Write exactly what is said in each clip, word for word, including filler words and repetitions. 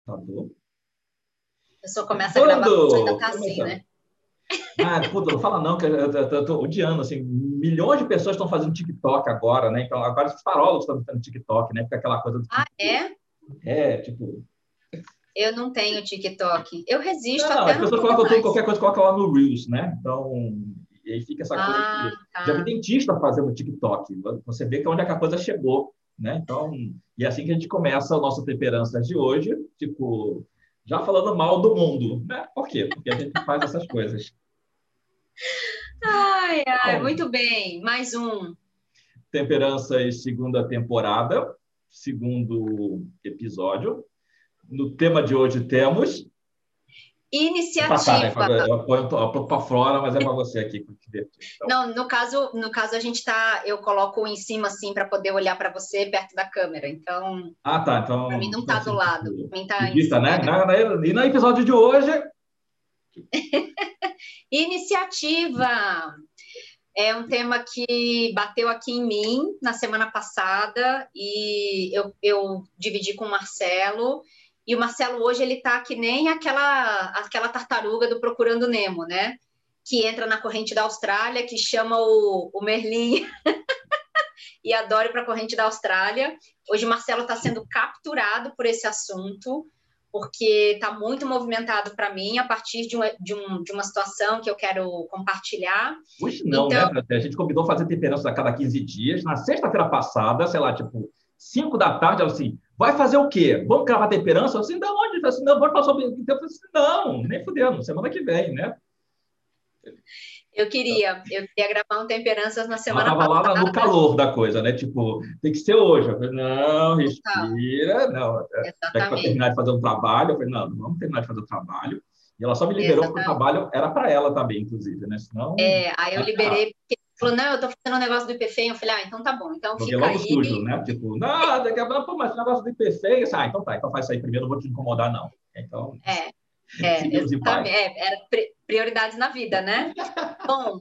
computador. A pessoa começa a gravar, Quando... ainda tá assim, né? Ah, puta, não fala não, que eu, eu, eu tô odiando, assim, milhões de pessoas estão fazendo TikTok agora, né? Então, agora os farólogos estão fazendo TikTok, né? Porque aquela coisa do Ah, é? É, tipo... Eu não tenho TikTok. Eu resisto Não, não, até as não pessoas poder colocam tudo, mais. qualquer coisa, colocam lá no Reels, né? Então, e aí fica essa coisa Ah, que... Já vi tá. dentista fazendo TikTok. Você vê que é onde é que a coisa chegou, né? Então, e é assim que a gente começa o nosso Temperanças de hoje, tipo, já falando mal do mundo, né? Por quê? Porque a gente faz essas coisas. Ai, ai, Então, muito bem. Mais um. Temperanças, segunda temporada, segundo episódio. No tema de hoje temos... Vou passar, né? Iniciativa. Eu ponho para fora, mas é para você aqui. Então, Não, no caso, no caso a gente tá, eu coloco em cima assim para poder olhar para você perto da câmera. Então, ah, tá. para mim Então, não então tá do assim, lado, tipo, para mim tá em revista, cima. né? É. Na- na- E no episódio de hoje... Iniciativa é um tema que bateu aqui em mim na semana passada e eu, eu dividi com o Marcelo. E o Marcelo hoje ele tá que nem aquela aquela tartaruga do Procurando Nemo, né? Que entra na corrente da Austrália, que chama o, o Merlin e a Dory para a corrente da Austrália. Hoje o Marcelo está sendo capturado por esse assunto, porque está muito movimentado para mim a partir de, um, de, um, de uma situação que eu quero compartilhar. Hoje não, Então, né? A gente combinou fazer temperança a cada quinze dias. Na sexta-feira passada, sei lá, tipo, cinco da tarde, ela assim, vai fazer o quê? Vamos gravar temperança? Eu assim, da onde? Eu assim, não, vamos falar sobre... Eu falei assim, não, nem fudendo, semana que vem, né? eu queria, eu queria gravar um Temperanças na Ela semana estava lá no passada. calor da coisa, né? Tipo, tem que ser hoje. Eu falei, não, Tá, respira, não. Já que para exatamente, terminar de fazer um trabalho, eu falei, não, não vamos terminar de fazer o trabalho. E ela só me liberou porque o exatamente. trabalho era para ela também, inclusive, né? Senão, É, aí eu ela ferrava. liberei, porque ele falou, não, eu tô fazendo um negócio do I P F E M. Eu falei, ah, então tá bom, então Joguei fica logo aí. sujo, né? Tipo, não, daqui a pouco, pô, mas esse negócio de P C, ah, então tá, então faz isso aí primeiro, não vou te incomodar, não. Então, É, é, seguimos em exatamente, paz. é, era prioridades na vida, né? Bom,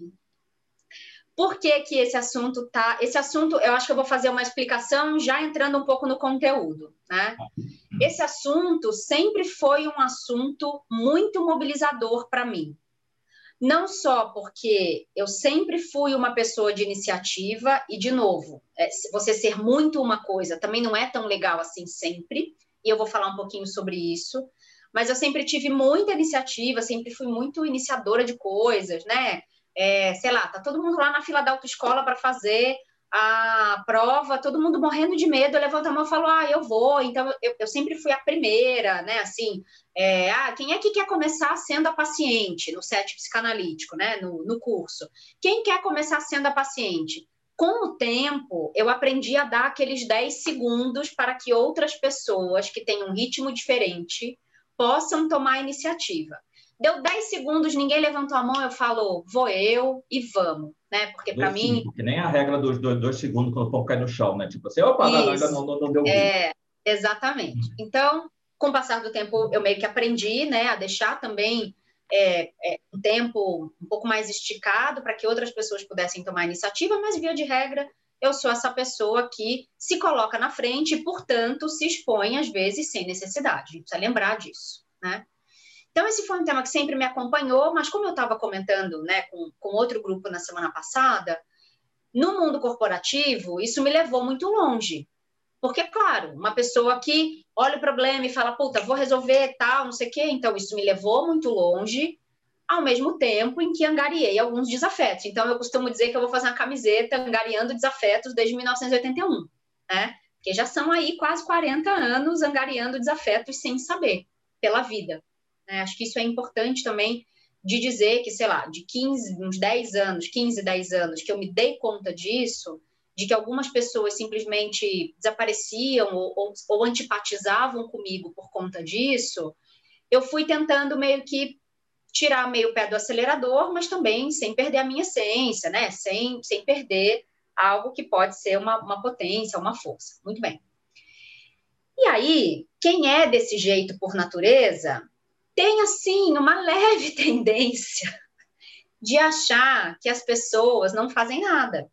por que que esse assunto tá... Esse assunto, eu acho que eu vou fazer uma explicação já entrando um pouco no conteúdo, né? Esse assunto sempre foi um assunto muito mobilizador para mim. Não só porque eu sempre fui uma pessoa de iniciativa e, de novo, é, você ser muito uma coisa também não é tão legal assim sempre, e eu vou falar um pouquinho sobre isso, mas eu sempre tive muita iniciativa, sempre fui muito iniciadora de coisas, né? É, sei lá, tá todo mundo lá na fila da autoescola para fazer a prova, todo mundo morrendo de medo, eu levanto a mão e falo, ah, eu vou. Então, eu, eu sempre fui a primeira, né? Assim, é, ah, quem é que quer começar sendo a paciente no set psicanalítico, né? No, no curso? Quem quer começar sendo a paciente? Com o tempo, eu aprendi a dar aqueles dez segundos para que outras pessoas que têm um ritmo diferente possam tomar a iniciativa. Deu dez segundos, ninguém levantou a mão, eu falo, vou eu e vamos, né? Porque para Sim, mim... porque nem a regra dos dois, dois segundos quando o pão cai no chão, né? Tipo assim, opa, não, não, ainda Isso, não, não, não deu brilho. é, exatamente. Então, com o passar do tempo, eu meio que aprendi, né, a deixar também é, é, um tempo um pouco mais esticado para que outras pessoas pudessem tomar a iniciativa, mas, via de regra, eu sou essa pessoa que se coloca na frente e, portanto, se expõe, às vezes, sem necessidade. A gente precisa lembrar disso, né? Então, esse foi um tema que sempre me acompanhou, mas como eu estava comentando, né, com, com outro grupo na semana passada, no mundo corporativo, isso me levou muito longe. Porque, claro, uma pessoa que olha o problema e fala, puta, vou resolver tal, não sei o quê, então isso me levou muito longe, ao mesmo tempo em que angariei alguns desafetos. Então, eu costumo dizer que eu vou fazer uma camiseta angariando desafetos desde mil novecentos e oitenta e um, né? Porque já são aí quase quarenta anos angariando desafetos sem saber, pela vida. Né? Acho que isso é importante também de dizer que, sei lá, de quinze, uns dez anos, quinze, dez anos, que eu me dei conta disso, de que algumas pessoas simplesmente desapareciam ou, ou, ou antipatizavam comigo por conta disso, eu fui tentando meio que tirar meio o pé do acelerador, mas também sem perder a minha essência, né? Sem, sem perder algo que pode ser uma, uma potência, uma força. Muito bem. E aí, quem é desse jeito por natureza, tem, assim, uma leve tendência de achar que as pessoas não fazem nada.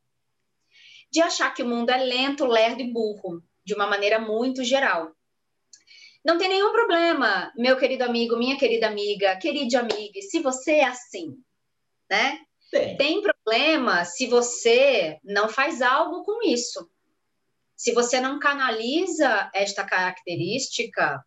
De achar que o mundo é lento, lerdo e burro, de uma maneira muito geral. Não tem nenhum problema, meu querido amigo, minha querida amiga, querida amiga, se você é assim, né? Tem. Tem problema se você não faz algo com isso. Se você não canaliza esta característica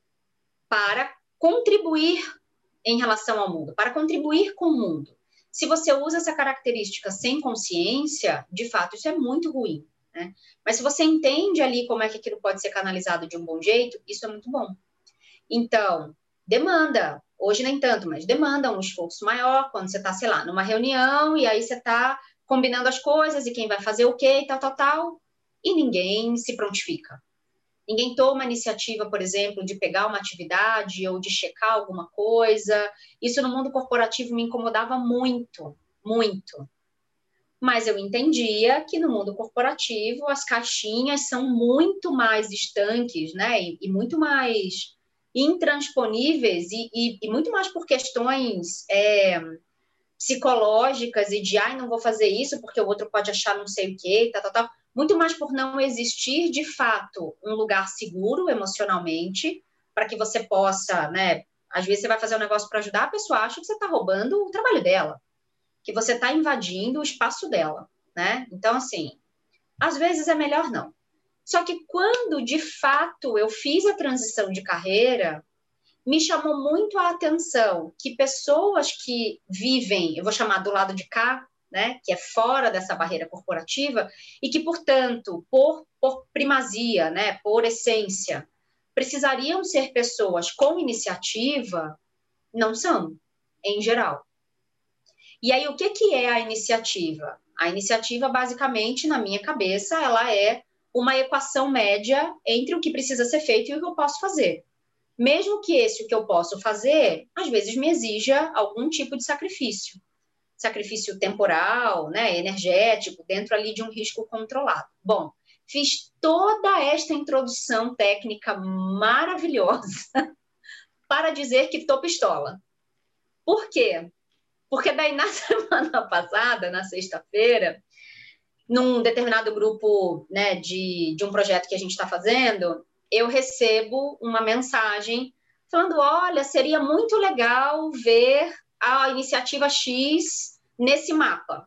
para contribuir em relação ao mundo, para contribuir com o mundo. Se você usa essa característica sem consciência, de fato, isso é muito ruim, né? Mas se você entende ali como é que aquilo pode ser canalizado de um bom jeito, isso é muito bom. Então, demanda. Hoje nem tanto, mas demanda um esforço maior quando você está, sei lá, numa reunião e aí você está combinando as coisas e quem vai fazer o quê e tal, tal, tal, e ninguém se prontifica. Ninguém toma a iniciativa, por exemplo, de pegar uma atividade ou de checar alguma coisa. Isso no mundo corporativo me incomodava muito, muito. Mas eu entendia que no mundo corporativo as caixinhas são muito mais estanques, né? E, e muito mais intransponíveis e, e, e muito mais por questões é, psicológicas e de, ai, não vou fazer isso porque o outro pode achar não sei o quê, tal, tal, tal. Muito mais por não existir, de fato, um lugar seguro emocionalmente para que você possa, né? Às vezes você vai fazer um negócio para ajudar, a pessoa acha que você está roubando o trabalho dela, que você está invadindo o espaço dela, né? Então, assim, às vezes é melhor não. Só que quando, de fato, eu fiz a transição de carreira, me chamou muito a atenção que pessoas que vivem, eu vou chamar do lado de cá, né, que é fora dessa barreira corporativa, e que, portanto, por, por primazia, né, por essência, precisariam ser pessoas com iniciativa, não são, em geral. E aí, o que, que é a iniciativa? A iniciativa, basicamente, na minha cabeça, ela é uma equação média entre o que precisa ser feito e o que eu posso fazer. Mesmo que esse, o que eu posso fazer, às vezes me exija algum tipo de sacrifício. Sacrifício temporal, né, energético, dentro ali de um risco controlado. Bom, fiz toda esta introdução técnica maravilhosa para dizer que tô pistola. Por quê? Porque daí na semana passada, na sexta-feira, num determinado grupo, né, de, de um projeto que a gente está fazendo, eu recebo uma mensagem falando, olha, seria muito legal ver a iniciativa X nesse mapa.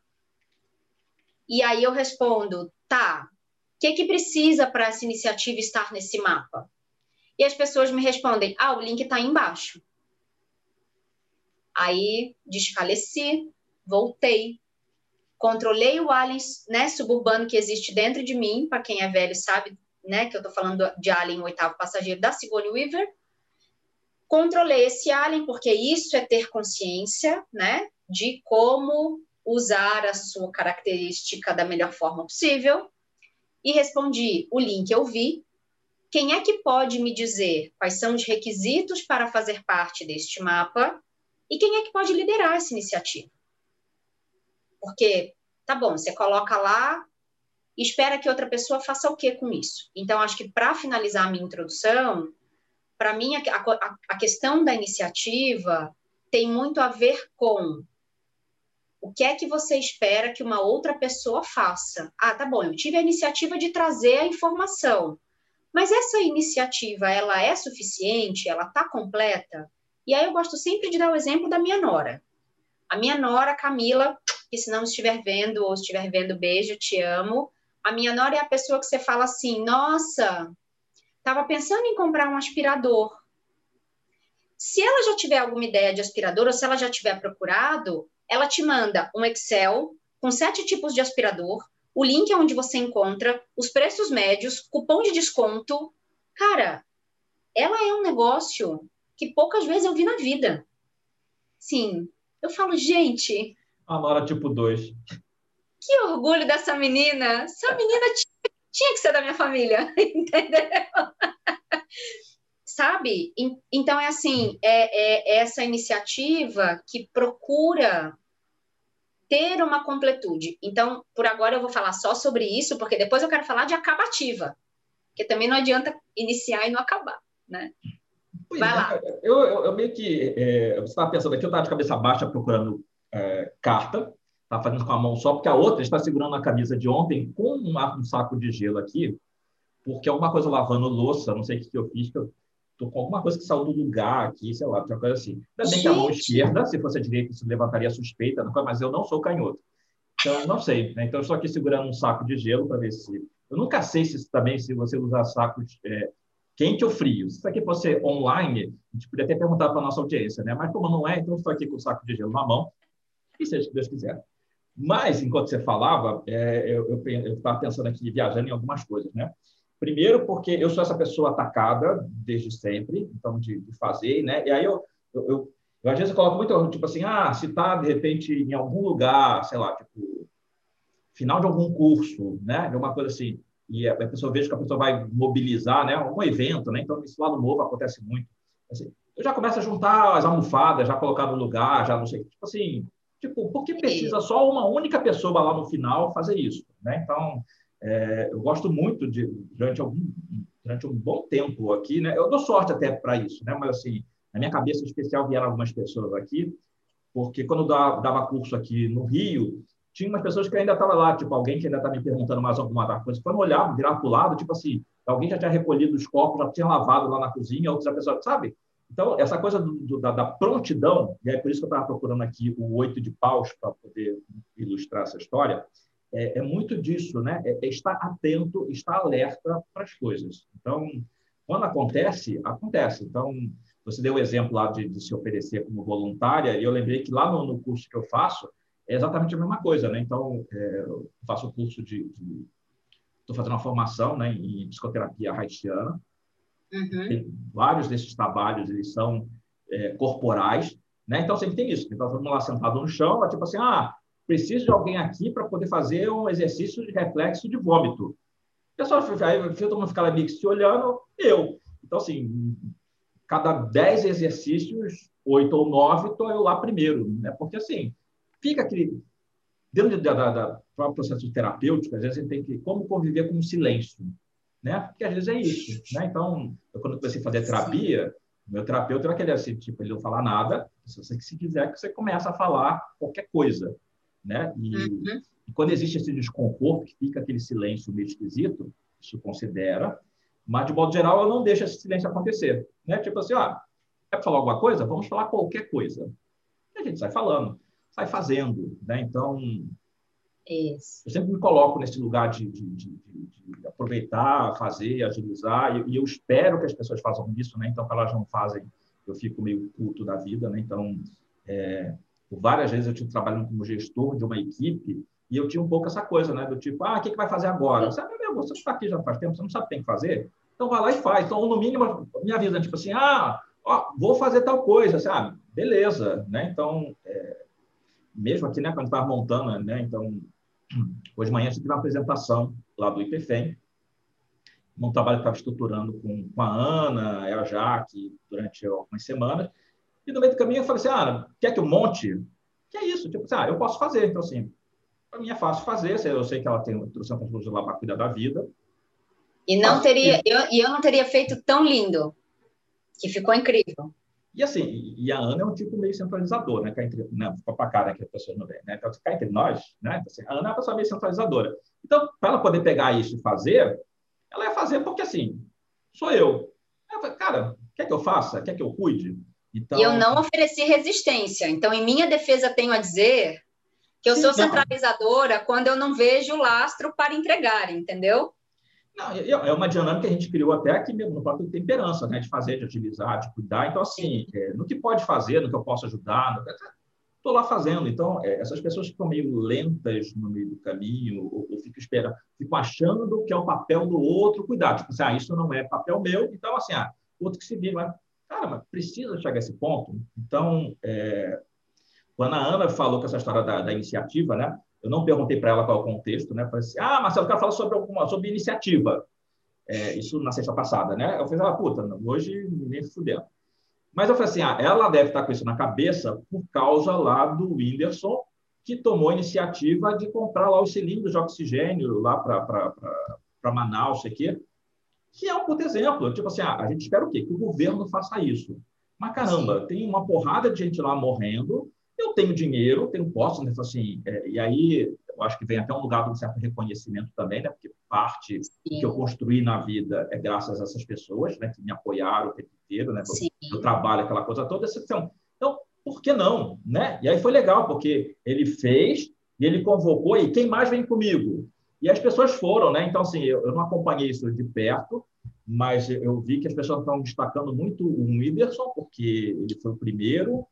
E aí eu respondo, tá, o que, que precisa para essa iniciativa estar nesse mapa? E as pessoas me respondem, ah, o link está aí embaixo. Aí desfaleci, voltei, controlei o alien, né, suburbano que existe dentro de mim, para quem é velho sabe, né, que eu estou falando de Alien, o oitavo passageiro da Sigourney Weaver. Controlei esse alien, porque isso é ter consciência, né, de como usar a sua característica da melhor forma possível. E respondi, o link eu vi. Quem é que pode me dizer quais são os requisitos para fazer parte deste mapa? E quem é que pode liderar essa iniciativa? Porque, tá bom, você coloca lá e espera que outra pessoa faça o quê com isso? Então, acho que para finalizar a minha introdução, para mim, a, a, a questão da iniciativa tem muito a ver com o que é que você espera que uma outra pessoa faça. Ah, tá bom, eu tive a iniciativa de trazer a informação, mas essa iniciativa, ela é suficiente? Ela está completa? E aí eu gosto sempre de dar o exemplo da minha nora. A minha nora, Camila, que se não estiver vendo ou estiver vendo, beijo, te amo. A minha nora é a pessoa que você fala assim, nossa, estava pensando em comprar um aspirador. Se ela já tiver alguma ideia de aspirador, ou se ela já tiver procurado, ela te manda um Excel com sete tipos de aspirador, o link é onde você encontra, os preços médios, cupom de desconto. Cara, ela é um negócio que poucas vezes eu vi na vida. Sim, eu falo, gente... A Nora tipo dois. Que orgulho dessa menina. Essa menina tinha, tinha que ser da minha família, entendeu? Sabe? Então, é assim, é, é essa iniciativa que procura ter uma completude. Então, por agora eu vou falar só sobre isso, porque depois eu quero falar de acabativa, porque também não adianta iniciar e não acabar, né? Pois Vai é, lá. eu, eu, eu meio que... É, você estava pensando aqui, eu estava de cabeça baixa procurando é, carta, estava fazendo com a mão só, porque a outra está segurando a camisa de ontem com um, um saco de gelo aqui, porque alguma coisa lavando louça, não sei o que eu fiz, que eu tô com alguma coisa que saiu do lugar aqui, sei lá, outra coisa assim. Ainda bem que a mão Gente, esquerda, se fosse a direita, isso levantaria suspeita, mas eu não sou canhoto. Então, não sei, né? Então, eu estou aqui segurando um saco de gelo para ver se... Eu nunca sei se também, se você usar sacos é, quente ou frio. Se isso aqui fosse online, a gente podia até perguntar para a nossa audiência, né? Mas como não é, então eu estou aqui com o saco de gelo na mão, e seja o que Deus quiser. Mas, enquanto você falava, é, eu estava pensando aqui, viajando em algumas coisas, né? Primeiro, porque eu sou essa pessoa atacada desde sempre, então, de, de fazer, né? E aí eu, eu, eu, eu, às vezes, eu coloco muito, tipo assim, ah, se está, de repente, em algum lugar, sei lá, tipo, final de algum curso, né? De uma coisa assim, e a pessoa veja que a pessoa vai mobilizar, né? Um evento, né? Então, isso lá no Novo acontece muito. Assim, eu já começo a juntar as almofadas, já colocar no lugar, já não sei, tipo assim, tipo, por que precisa só uma única pessoa lá no final fazer isso, né? Então, é, eu gosto muito de, durante algum, durante um bom tempo aqui, né? Eu dou sorte até para isso, né? Mas, assim, na minha cabeça especial vieram algumas pessoas aqui, porque quando eu dava, dava curso aqui no Rio, tinha umas pessoas que ainda estavam lá, tipo, alguém que ainda estava me perguntando mais alguma coisa. Quando eu olhava, virava para o lado, tipo assim, alguém já tinha recolhido os copos, já tinha lavado lá na cozinha, outra pessoa, sabe? Então, essa coisa do, do, da, da prontidão, e é por isso que eu estava procurando aqui o oito de paus para poder ilustrar essa história, é, é muito disso, né? É, é estar atento, estar alerta para as coisas. Então, quando acontece, acontece. Então, você deu o exemplo lá de, de se oferecer como voluntária, e eu lembrei que lá no, no curso que eu faço, é exatamente a mesma coisa, né? Então, é, eu faço o curso de... Estou fazendo uma formação, né, em psicoterapia haitiana. uhum. Tem vários desses trabalhos, eles são é, corporais, né? Então, sempre tem isso. Então, todo mundo lá sentado no chão, tipo assim, ah, preciso de alguém aqui para poder fazer um exercício de reflexo de vômito. O pessoal, aí todo mundo fica meio que se olhando, eu. Então, assim, cada dez exercícios, oito ou nove, estou eu lá primeiro, né? Porque, assim, fica aquele... Dentro da, da, da próprio processo terapêutico, às vezes a gente tem que... Como conviver com o silêncio, né? Porque, às vezes, é isso, né? Então, eu, quando comecei a fazer terapia, meu terapeuta era aquele assim, tipo, ele não fala nada, se você se quiser que você começa a falar qualquer coisa, né? E, Uhum. e quando existe esse desconforto, que fica aquele silêncio meio esquisito, isso considera, mas, de modo geral, eu não deixo esse silêncio acontecer, né? Tipo assim, ó, quer falar alguma coisa? Vamos falar qualquer coisa. E a gente sai falando, sai fazendo, né? Então, Isso. eu sempre me coloco nesse lugar de, de, de, de aproveitar, fazer, agilizar, e, e eu espero que as pessoas façam isso, né? Então, se elas não fazem, eu fico meio puto da vida, né? Então, é, por várias vezes eu tive trabalhando como gestor de uma equipe e eu tinha um pouco essa coisa, né? Do tipo, ah, o que, que vai fazer agora? Você, meu, você está aqui já faz tempo, você não sabe o que tem que fazer? Então, vai lá e faz. Então, no mínimo, me avisa, tipo assim, ah, ó, vou fazer tal coisa, sabe? Beleza, né? Então, é, mesmo aqui, né, quando estava montando, né? Então, hoje de manhã a gente teve uma apresentação lá do I P F E M, um trabalho que estava estruturando com, com a Ana e a Jaque durante algumas semanas. E no meio do caminho eu falei assim, ah, quer que eu monte? Que é isso? Tipo assim, ah, eu posso fazer. Então, assim, para mim é fácil fazer. Eu sei que ela tem trocentas luzes lá para cuidar da vida. E não Faço. teria, eu, e eu não teria feito tão lindo, que ficou incrível. E assim, e a Ana é um tipo meio centralizador, né? Cá entre, não, para cá, né? Que as pessoas não veem, né? Então, cá entre nós, né? Então, assim, a Ana é uma pessoa meio centralizadora. Então, para ela poder pegar isso e fazer, ela ia fazer porque, assim, sou eu. Eu falei, cara, quer que eu faça? Quer que eu cuide? E eu Então, não ofereci resistência. Então, em minha defesa, tenho a dizer que eu sim, sou não, centralizadora quando eu não vejo lastro para entregar, entendeu? não, é uma dinâmica que a gente criou até aqui mesmo no próprio Temperança, né? De fazer, de utilizar, de cuidar. Então, assim, é, no que pode fazer, no que eu posso ajudar, estou lá fazendo. Então, é, essas pessoas ficam meio lentas no meio do caminho, ou, ou ficam esperando, ficam achando que é o papel do outro cuidar. Tipo assim, ah, isso não é papel meu, então, assim, ah, outro que se vira. Mas, cara, mas precisa chegar a esse ponto? Então, é, quando a Ana falou com essa história da, da iniciativa, né? Eu não perguntei para ela qual é o contexto, né? Falei assim, ah, Marcelo, eu quero falar sobre, alguma, sobre iniciativa. É, isso na sexta passada, né? Eu falei, ah, puta, hoje nem se fudeu. Mas eu falei assim, ah, ela deve estar com isso na cabeça por causa lá do Whindersson, que tomou a iniciativa de comprar lá os cilindros de oxigênio lá para Manaus, isso aqui, que é um puto exemplo. Tipo assim, ah, a gente espera o quê? Que o governo faça isso. Mas, caramba, Sim. tem uma porrada de gente lá morrendo, eu tenho dinheiro, tenho posse, né? Assim, é, e aí, eu acho que vem até um lugar de um certo reconhecimento também, né? Porque parte Sim. do que eu construí na vida é graças a essas pessoas, né? Que me apoiaram o tempo inteiro, né? Eu, eu trabalho, aquela coisa toda. Então, por que não? Né? E aí foi legal, porque ele fez e ele convocou, e quem mais vem comigo? E as pessoas foram, né? Então, assim, eu, eu não acompanhei isso de perto, mas eu vi que as pessoas estão destacando muito o Whindersson, porque ele foi o primeiro,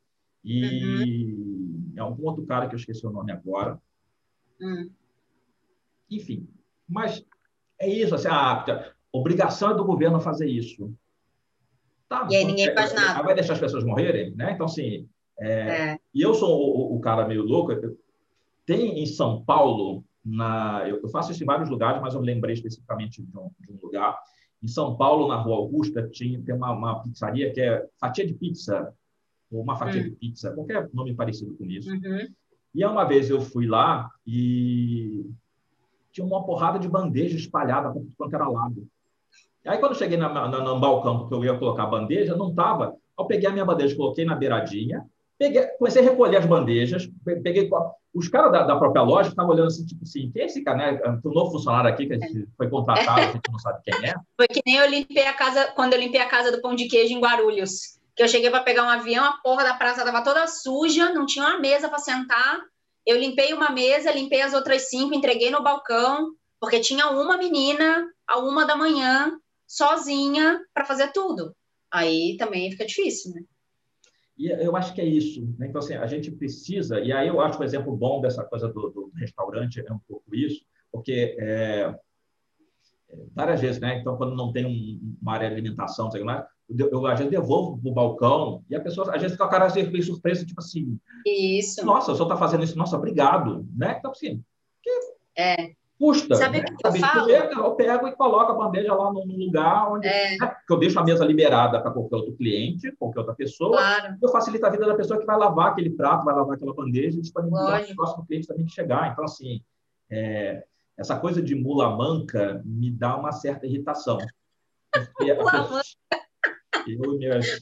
e uhum. é algum outro cara que eu esqueci o nome agora. Uhum. Enfim, mas é isso, assim, a obrigação é do governo fazer isso. Tá, e aí ninguém faz nada. Vai deixar as pessoas morrerem, né? Então, assim, é... É. E eu sou o, o cara meio louco. Tem em São Paulo, na... eu faço isso em vários lugares, mas eu me lembrei especificamente de um, de um lugar. Em São Paulo, na Rua Augusta, tinha, tem uma, uma pizzaria que é fatia de pizza, ou uma fatia hum. de pizza, qualquer nome parecido com isso. Uhum. E uma vez eu fui lá e tinha uma porrada de bandeja espalhada por quanto era lado. Aí, quando eu cheguei na, na, no balcão, porque eu ia colocar a bandeja, não estava. Eu peguei a minha bandeja, coloquei na beiradinha, peguei, comecei a recolher as bandejas, peguei... Os caras da, da própria loja estavam olhando assim, tipo assim, quem é esse cara, né? Um novo funcionário aqui que a gente foi contratado, a gente não sabe quem é. Foi que nem eu limpei a casa, quando eu limpei a casa do Pão de Queijo em Guarulhos, que eu cheguei para pegar um avião, a porra da praça estava toda suja, não tinha uma mesa para sentar. Eu limpei uma mesa, limpei as outras cinco, entreguei no balcão, porque tinha uma menina, a uma da manhã, sozinha para fazer tudo. Aí também fica difícil, né? E eu acho que é isso, né? Então, assim, a gente precisa, e aí eu acho que o exemplo bom dessa coisa do, do restaurante é um pouco isso, porque é, várias vezes, né? Então, quando não tem um, uma área de alimentação, sei lá, eu, eu às vezes devolvo para o balcão e a pessoa, às vezes, fica o cara meio surpreso, tipo assim, isso. Nossa, o senhor está fazendo isso, nossa, obrigado, né? Então, assim, que... É. Custa, Sabe o né? que eu falo? Comer, eu pego e coloco a bandeja lá no, no lugar onde é. né? que eu deixo a mesa liberada para qualquer outro cliente, qualquer outra pessoa. Claro. Eu facilito a vida da pessoa que vai lavar aquele prato, vai lavar aquela bandeja e disponibilizar para o próximo cliente também que chegar. Então, assim, é, essa coisa de mula manca me dá uma certa irritação. Porque pessoa, eu e minhas...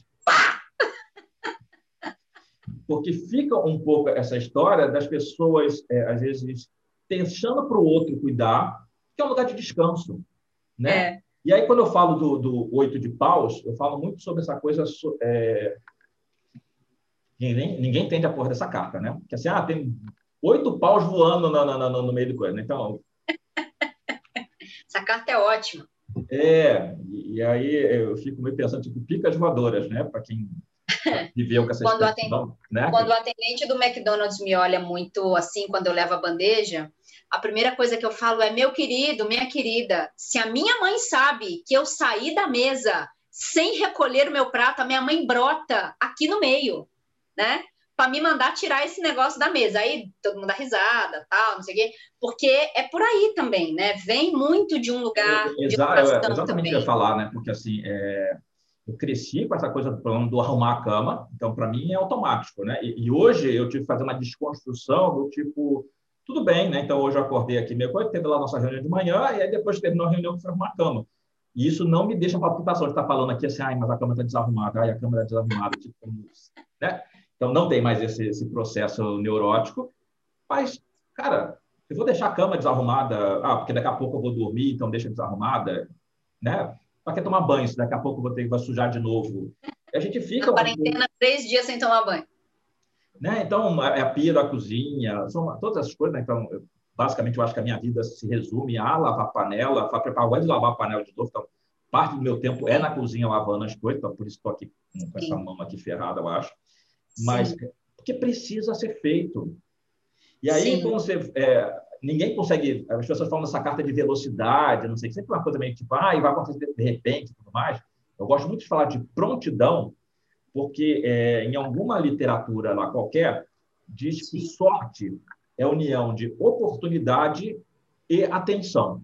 Porque fica um pouco essa história das pessoas, é, às vezes, deixando para o outro cuidar, que é um lugar de descanso, né? É. E aí, quando eu falo do, do oito de paus, eu falo muito sobre essa coisa... É... Ninguém, ninguém entende a porra dessa carta, né? Que assim, ah, tem oito paus voando no, no, no, no meio do coisa. Então... Essa carta é ótima. É, e aí eu fico meio pensando, tipo, picas voadoras, né? Para quem viveu com essa quando expressão, atend... né? Quando o atendente do McDonald's me olha muito assim, quando eu levo a bandeja, a primeira coisa que eu falo é, meu querido, minha querida, se a minha mãe sabe que eu saí da mesa sem recolher o meu prato, a minha mãe brota aqui no meio, né? Para me mandar tirar esse negócio da mesa. Aí todo mundo dá risada, tal, não sei o quê, porque é por aí também, né? Vem muito de um lugar é, de educação exatamente também. O que eu ia falar, né? Porque assim, é... eu cresci com essa coisa do plano do arrumar a cama, então para mim é automático, né? E, e hoje eu tive que fazer uma desconstrução do tipo, tudo bem, né? Então hoje eu acordei aqui meio coisa, teve lá a nossa reunião de manhã e aí depois terminou a reunião que foi arrumar a cama. E isso não me deixa palpitação de estar falando aqui assim, ai, mas a cama está desarrumada, ai, a cama está desarrumada, tipo, né? Então não tem mais esse, esse processo neurótico, mas, cara, eu vou deixar a cama desarrumada, ah, porque daqui a pouco eu vou dormir, então deixa desarrumada, né? Para que tomar banho, se daqui a pouco eu vou ter que sujar de novo. E a gente fica... A quarentena, um... três dias sem tomar banho. Né? Então, é a pia da cozinha, são todas essas coisas, né? Então, eu, basicamente, eu acho que a minha vida se resume a lavar panela, a preparar, eu gosto de lavar a panela de novo, então, parte do meu tempo é na cozinha lavando as coisas, então, por isso estou aqui com, com essa mão aqui ferrada, eu acho. Mas, Sim. porque precisa ser feito. E aí, Sim. quando você... É, ninguém consegue... As pessoas falam dessa carta de velocidade, não sei, sempre uma coisa meio tipo, ah, e vai acontecer de repente e tudo mais. Eu gosto muito de falar de prontidão, porque é, em alguma literatura lá qualquer, diz que sorte é a união de oportunidade e atenção.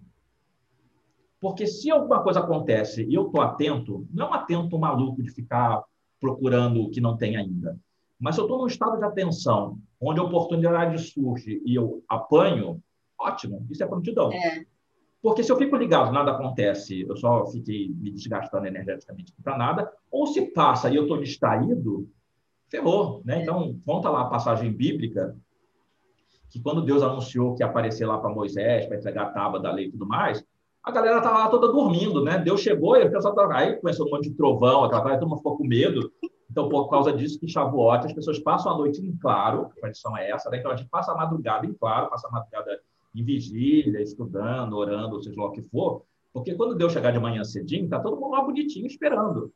Porque se alguma coisa acontece e eu estou atento, não atento maluco de ficar procurando o que não tem ainda, mas se eu estou num estado de atenção, onde a oportunidade surge e eu apanho, ótimo, isso é prontidão. É. Porque se eu fico ligado, nada acontece, eu só fiquei me desgastando energeticamente para nada, ou se passa e eu estou distraído, ferrou, né? Então, conta lá a passagem bíblica que quando Deus anunciou que ia aparecer lá para Moisés, para entregar a tábua da lei e tudo mais, a galera estava lá toda dormindo, né? Deus chegou e o pessoal tava... aí começou um monte de trovão, aquela coisa, todo mundo ficou com medo. Então, por causa disso, que Shavuot, as pessoas passam a noite em claro, a tradição é essa, né? Então a gente passa a madrugada em claro, passa a madrugada em vigília, estudando, orando, seja lá o que for, porque quando Deus chegar de manhã cedinho, tá todo mundo lá bonitinho esperando.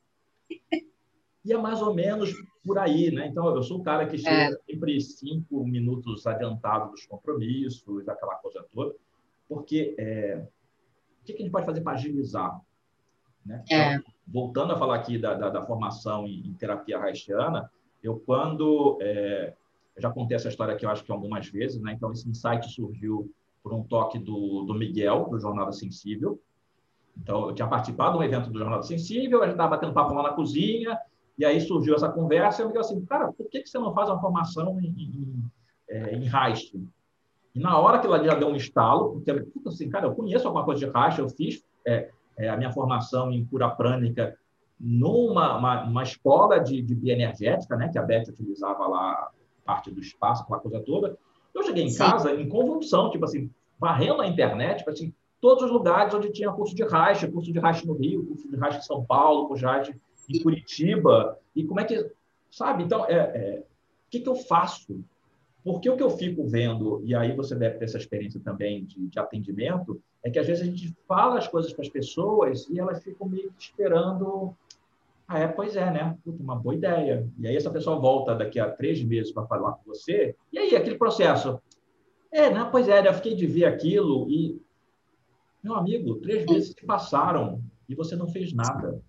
E é mais ou menos por aí, né? Então, eu sou o cara que chega é. sempre cinco minutos adiantado dos compromissos, aquela coisa toda, porque é, o que a gente pode fazer para agilizar? Né? É. Então, voltando a falar aqui da, da, da formação em, em terapia haitiana, eu quando... É, eu já contei essa história aqui, eu acho que algumas vezes, né? Então, esse insight surgiu por um toque do, do Miguel, do Jornada Sensível. Então, eu tinha participado de um evento do Jornada Sensível, a gente estava batendo papo lá na cozinha, e aí surgiu essa conversa, e eu me disse assim, cara, por que, que você não faz uma formação em, em, em, em Reich? E na hora que ela já deu um estalo, porque assim, cara, eu conheço alguma coisa de Reich, eu fiz é, é, a minha formação em cura prânica numa uma, uma escola de, de bioenergética, né, que a Beth utilizava lá, parte do espaço, aquela coisa toda. Eu cheguei em Sim. casa em convulsão, tipo assim, varrendo a internet, tipo assim, todos os lugares onde tinha curso de Reich, curso de Reich no Rio, curso de Reich em São Paulo, curso de Reich em Curitiba, e como é que, sabe? Então, é, é, o que, que eu faço? Porque o que eu fico vendo, e aí você deve ter essa experiência também de, de atendimento, é que às vezes a gente fala as coisas para as pessoas e elas ficam meio que esperando, ah, é, pois é, né? Puta, uma boa ideia. E aí essa pessoa volta daqui a três meses para falar com você, e aí aquele processo, é, não, pois é, eu fiquei de ver aquilo e, meu amigo, três meses se passaram e você não fez nada.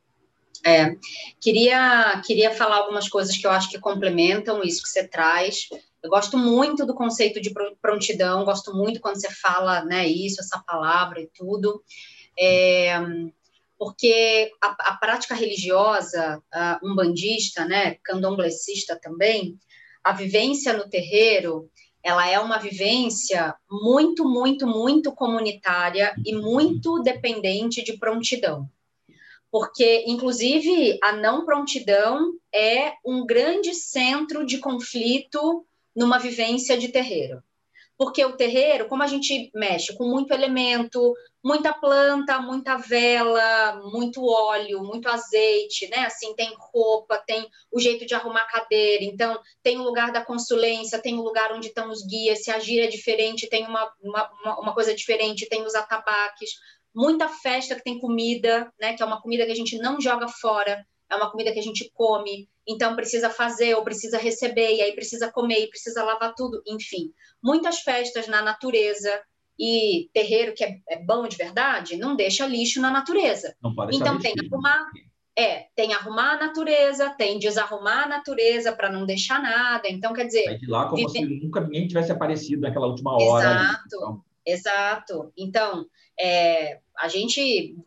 É, queria, queria falar algumas coisas que eu acho que complementam isso que você traz. Eu gosto muito do conceito de prontidão, gosto muito quando você fala, né, isso, essa palavra e tudo, é, porque a, a prática religiosa, a umbandista, né, candomblessista também, a vivência no terreiro, ela é uma vivência muito, muito, muito comunitária e muito dependente de prontidão. Porque, inclusive, a não prontidão é um grande centro de conflito numa vivência de terreiro. Porque o terreiro, como a gente mexe com muito elemento, muita planta, muita vela, muito óleo, muito azeite, né? Assim, tem roupa, tem o jeito de arrumar cadeira, então tem o lugar da consulência, tem o lugar onde estão os guias, se a gira é diferente, tem uma, uma, uma coisa diferente, tem os atabaques, muita festa que tem comida, né? Que é uma comida que a gente não joga fora, é uma comida que a gente come, então precisa fazer ou precisa receber, e aí precisa comer e precisa lavar tudo, enfim. Muitas festas na natureza, e terreiro que é, é bom de verdade, não deixa lixo na natureza. Não pode deixar então tem que arrumar, é, tem arrumar a natureza, tem desarrumar a natureza para não deixar nada, então quer dizer... Sai de lá como vive... se nunca ninguém tivesse aparecido naquela última hora. Exato, ali, então... exato. Então, é, a gente...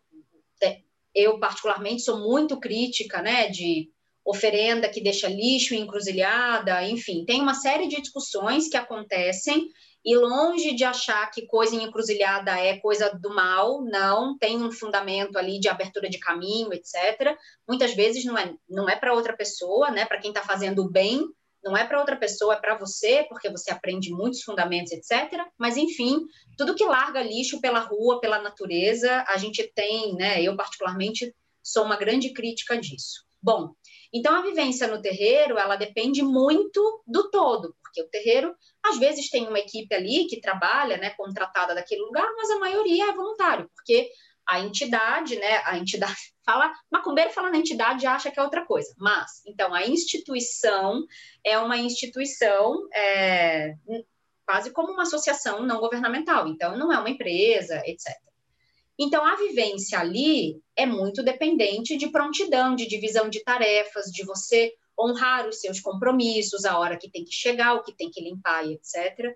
Eu, particularmente, sou muito crítica, né, de oferenda que deixa lixo em encruzilhada, enfim, tem uma série de discussões que acontecem e longe de achar que coisa em encruzilhada é coisa do mal, não, tem um fundamento ali de abertura de caminho, etcétera. Muitas vezes não é, não é para outra pessoa, né, para quem está fazendo o bem, não é para outra pessoa, é para você, porque você aprende muitos fundamentos, etcétera. Mas, enfim, tudo que larga lixo pela rua, pela natureza, a gente tem, né? Eu, particularmente, sou uma grande crítica disso. Bom, então a vivência no terreiro, ela depende muito do todo, porque o terreiro, às vezes, tem uma equipe ali que trabalha, né, contratada daquele lugar, mas a maioria é voluntário, porque a entidade, né, a entidade fala, macumbeiro fala na entidade e acha que é outra coisa, mas, então, a instituição é uma instituição é, quase como uma associação não governamental, então não é uma empresa, etcétera. Então, a vivência ali é muito dependente de prontidão, de divisão de tarefas, de você honrar os seus compromissos, a hora que tem que chegar, o que tem que limpar, etcétera.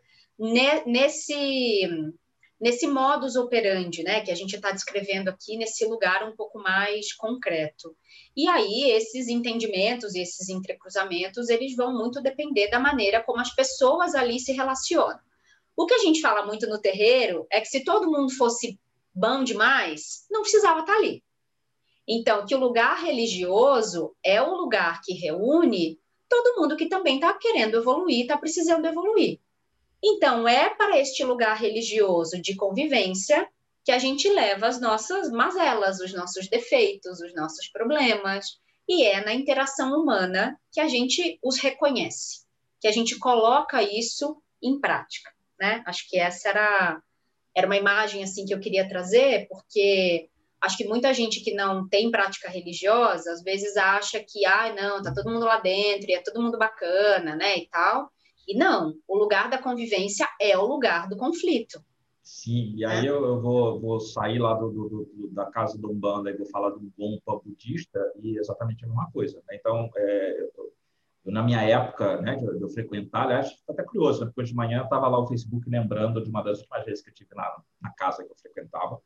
Nesse... nesse modus operandi, né, que a gente está descrevendo aqui, nesse lugar um pouco mais concreto. E aí, esses entendimentos, esses entrecruzamentos, eles vão muito depender da maneira como as pessoas ali se relacionam. O que a gente fala muito no terreiro é que se todo mundo fosse bom demais, não precisava estar ali. Então, que o lugar religioso é o lugar que reúne todo mundo que também está querendo evoluir, está precisando evoluir. Então, é para este lugar religioso de convivência que a gente leva as nossas mazelas, os nossos defeitos, os nossos problemas. E é na interação humana que a gente os reconhece, que a gente coloca isso em prática, né? Acho que essa era, era uma imagem assim que eu queria trazer, porque acho que muita gente que não tem prática religiosa, às vezes acha que, ah, não, tá todo mundo lá dentro e é todo mundo bacana, né, e tal. E não, o lugar da convivência é o lugar do conflito. Sim, e aí Né? eu, eu vou, vou sair lá do, do, do, da casa do Umbanda e vou falar do Gompa budista e exatamente a mesma coisa. Né? Então, é, eu, eu, na minha época, né, de, eu, de eu frequentar, aliás, foi até curioso, né? Porque hoje de manhã eu estava lá o Facebook lembrando de uma das últimas vezes que eu tive na, na casa que eu frequentava.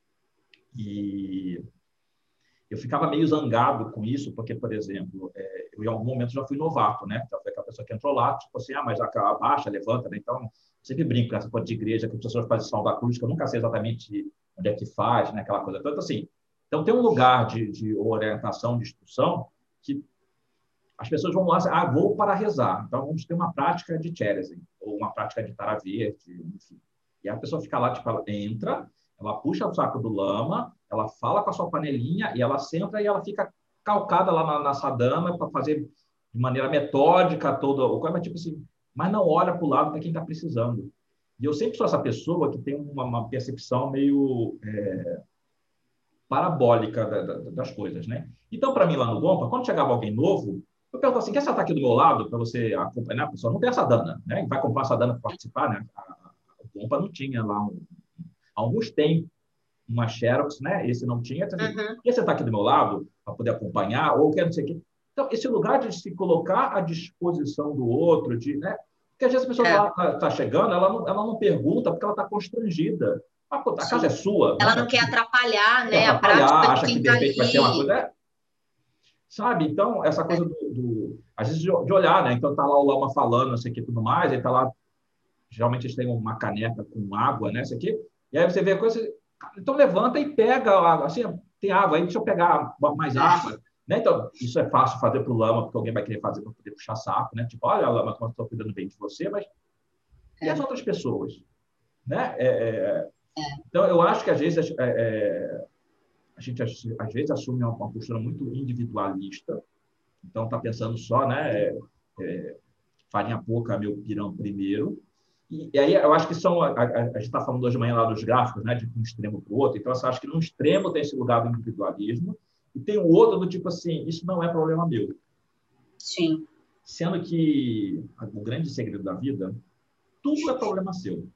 E eu ficava meio zangado com isso, porque, por exemplo, é, eu em algum momento já fui novato, né? Então, foi aquela pessoa que entrou lá, tipo assim, ah, mas abaixa, levanta, né? Então, sempre brinco com essa coisa de igreja, que as pessoas fazem sal da cruz, que eu nunca sei exatamente onde é que faz, né? Aquela coisa toda. Então, assim, então tem um lugar de, de orientação, de instrução, que as pessoas vão lá, ah, vou para rezar. Então, vamos ter uma prática de Cheresem, ou uma prática de Tara Verde, enfim. E a pessoa fica lá, tipo, ela entra, ela puxa o saco do lama, ela fala com a sua panelinha e ela senta e ela fica calcada lá na, na sadama para fazer de maneira metódica toda o coisa, mas tipo assim, mas não olha para o lado para quem está precisando. E eu sempre sou essa pessoa que tem uma, uma percepção meio é, parabólica da, da, das coisas, né? Então, para mim, lá no Gompa, quando chegava alguém novo, eu perguntava assim, quer sentar aqui do meu lado para você acompanhar? A pessoa não tem essa dana, né? Vai comprar essa dana para participar, né? A, a, o Gompa não tinha lá um... Alguns têm uma Xerox, né? Esse não tinha. Então, assim, Uhum. quer sentar aqui do meu lado para poder acompanhar? Ou quer não sei o quê. Então, esse lugar de se colocar à disposição do outro, de, né? Porque às vezes a pessoa É, está tá chegando, ela não, ela não pergunta porque ela está constrangida. A, a casa é sim. sua, Ela né? não quer atrapalhar, Quer né, a prática atrapalhar, de acha quem que de está repente vai ser uma ali. coisa. É, sabe? Então, essa É, coisa do, do às vezes, de, de olhar, né? Então, tá lá o Lama falando, não sei o que tudo mais, aí tá lá, geralmente eles têm uma caneca com água, né? Isso aqui, e aí você vê a coisa, então levanta e pega a água, assim, tem água aí, deixa eu pegar mais água, né? Então, isso é fácil fazer para o Lama, porque alguém vai querer fazer para poder puxar saco, né? Tipo, olha, Lama, como eu estou cuidando bem de você, mas e as é, outras pessoas, né? É, é, é. então, eu acho que às vezes é, é, a gente às vezes assume uma, uma postura muito individualista. Então, está pensando só, né? É, é, farinha pouca, meu pirão primeiro. E, e aí, eu acho que são. A, a, a gente está falando hoje de manhã lá dos gráficos, né? De um extremo para o outro. Então, eu acho que num extremo tem esse lugar do individualismo, e tem o outro do tipo assim: isso não é problema meu. Sim. Sendo que o grande segredo da vida, tudo é problema seu.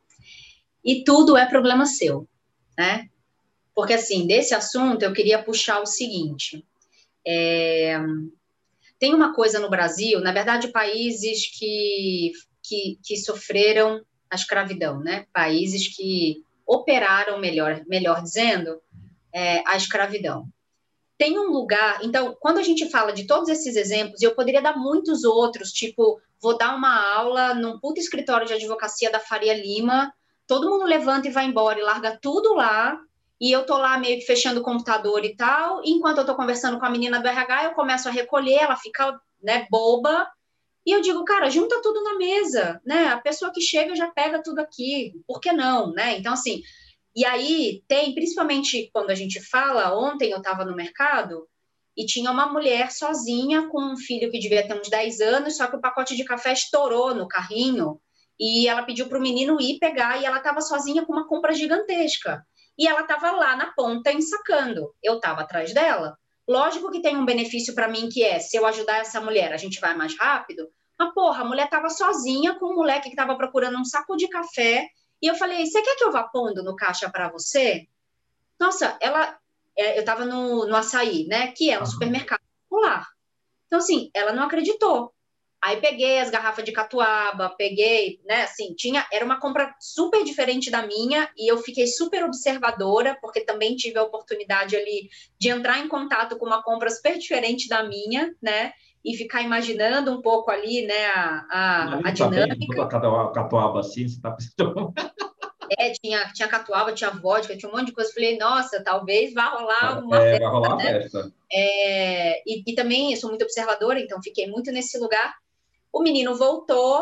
E tudo é problema seu, né? Porque, assim, desse assunto eu queria puxar o seguinte. É, tem uma coisa no Brasil, na verdade, países que, que, que sofreram a escravidão, né? Países que operaram, melhor, melhor dizendo, é, a escravidão. Tem um lugar, então, quando a gente fala de todos esses exemplos, eu poderia dar muitos outros, tipo, vou dar uma aula num puto escritório de advocacia da Faria Lima, todo mundo levanta e vai embora e larga tudo lá, e eu tô lá meio que fechando o computador e tal, e enquanto eu tô conversando com a menina do R H, eu começo a recolher, ela fica, né, boba, e eu digo, cara, junta tudo na mesa, né? A pessoa que chega já pega tudo aqui, por que não, né? Então, assim, e aí tem, principalmente quando a gente fala, ontem eu estava no mercado e tinha uma mulher sozinha com um filho que devia ter uns dez anos, só que o pacote de café estourou no carrinho e ela pediu para o menino ir pegar e ela estava sozinha com uma compra gigantesca. E ela estava lá na ponta ensacando. Eu estava atrás dela. Lógico que tem um benefício para mim que é, se eu ajudar essa mulher, a gente vai mais rápido. Mas, porra, a mulher estava sozinha com um moleque que estava procurando um saco de café e eu falei, você quer que eu vá pondo no caixa para você? Nossa, ela, é, eu estava no, no Açaí, né? Que é um Aham. supermercado popular. Então, assim, ela não acreditou. Aí peguei as garrafas de catuaba, peguei, né? Assim, tinha, era uma compra super diferente da minha e eu fiquei super observadora, porque também tive a oportunidade ali de entrar em contato com uma compra super diferente da minha, né? E ficar imaginando um pouco ali, né, a, O a, a marido está bem, dinâmica. toda a catuaba, catuaba assim, você está precisando. É, tinha, tinha catuaba, tinha vodka, tinha um monte de coisa. Falei, nossa, talvez vá rolar uma É, festa, vai rolar uma né? festa. É, e, e também eu sou muito observadora, então fiquei muito nesse lugar. O menino voltou,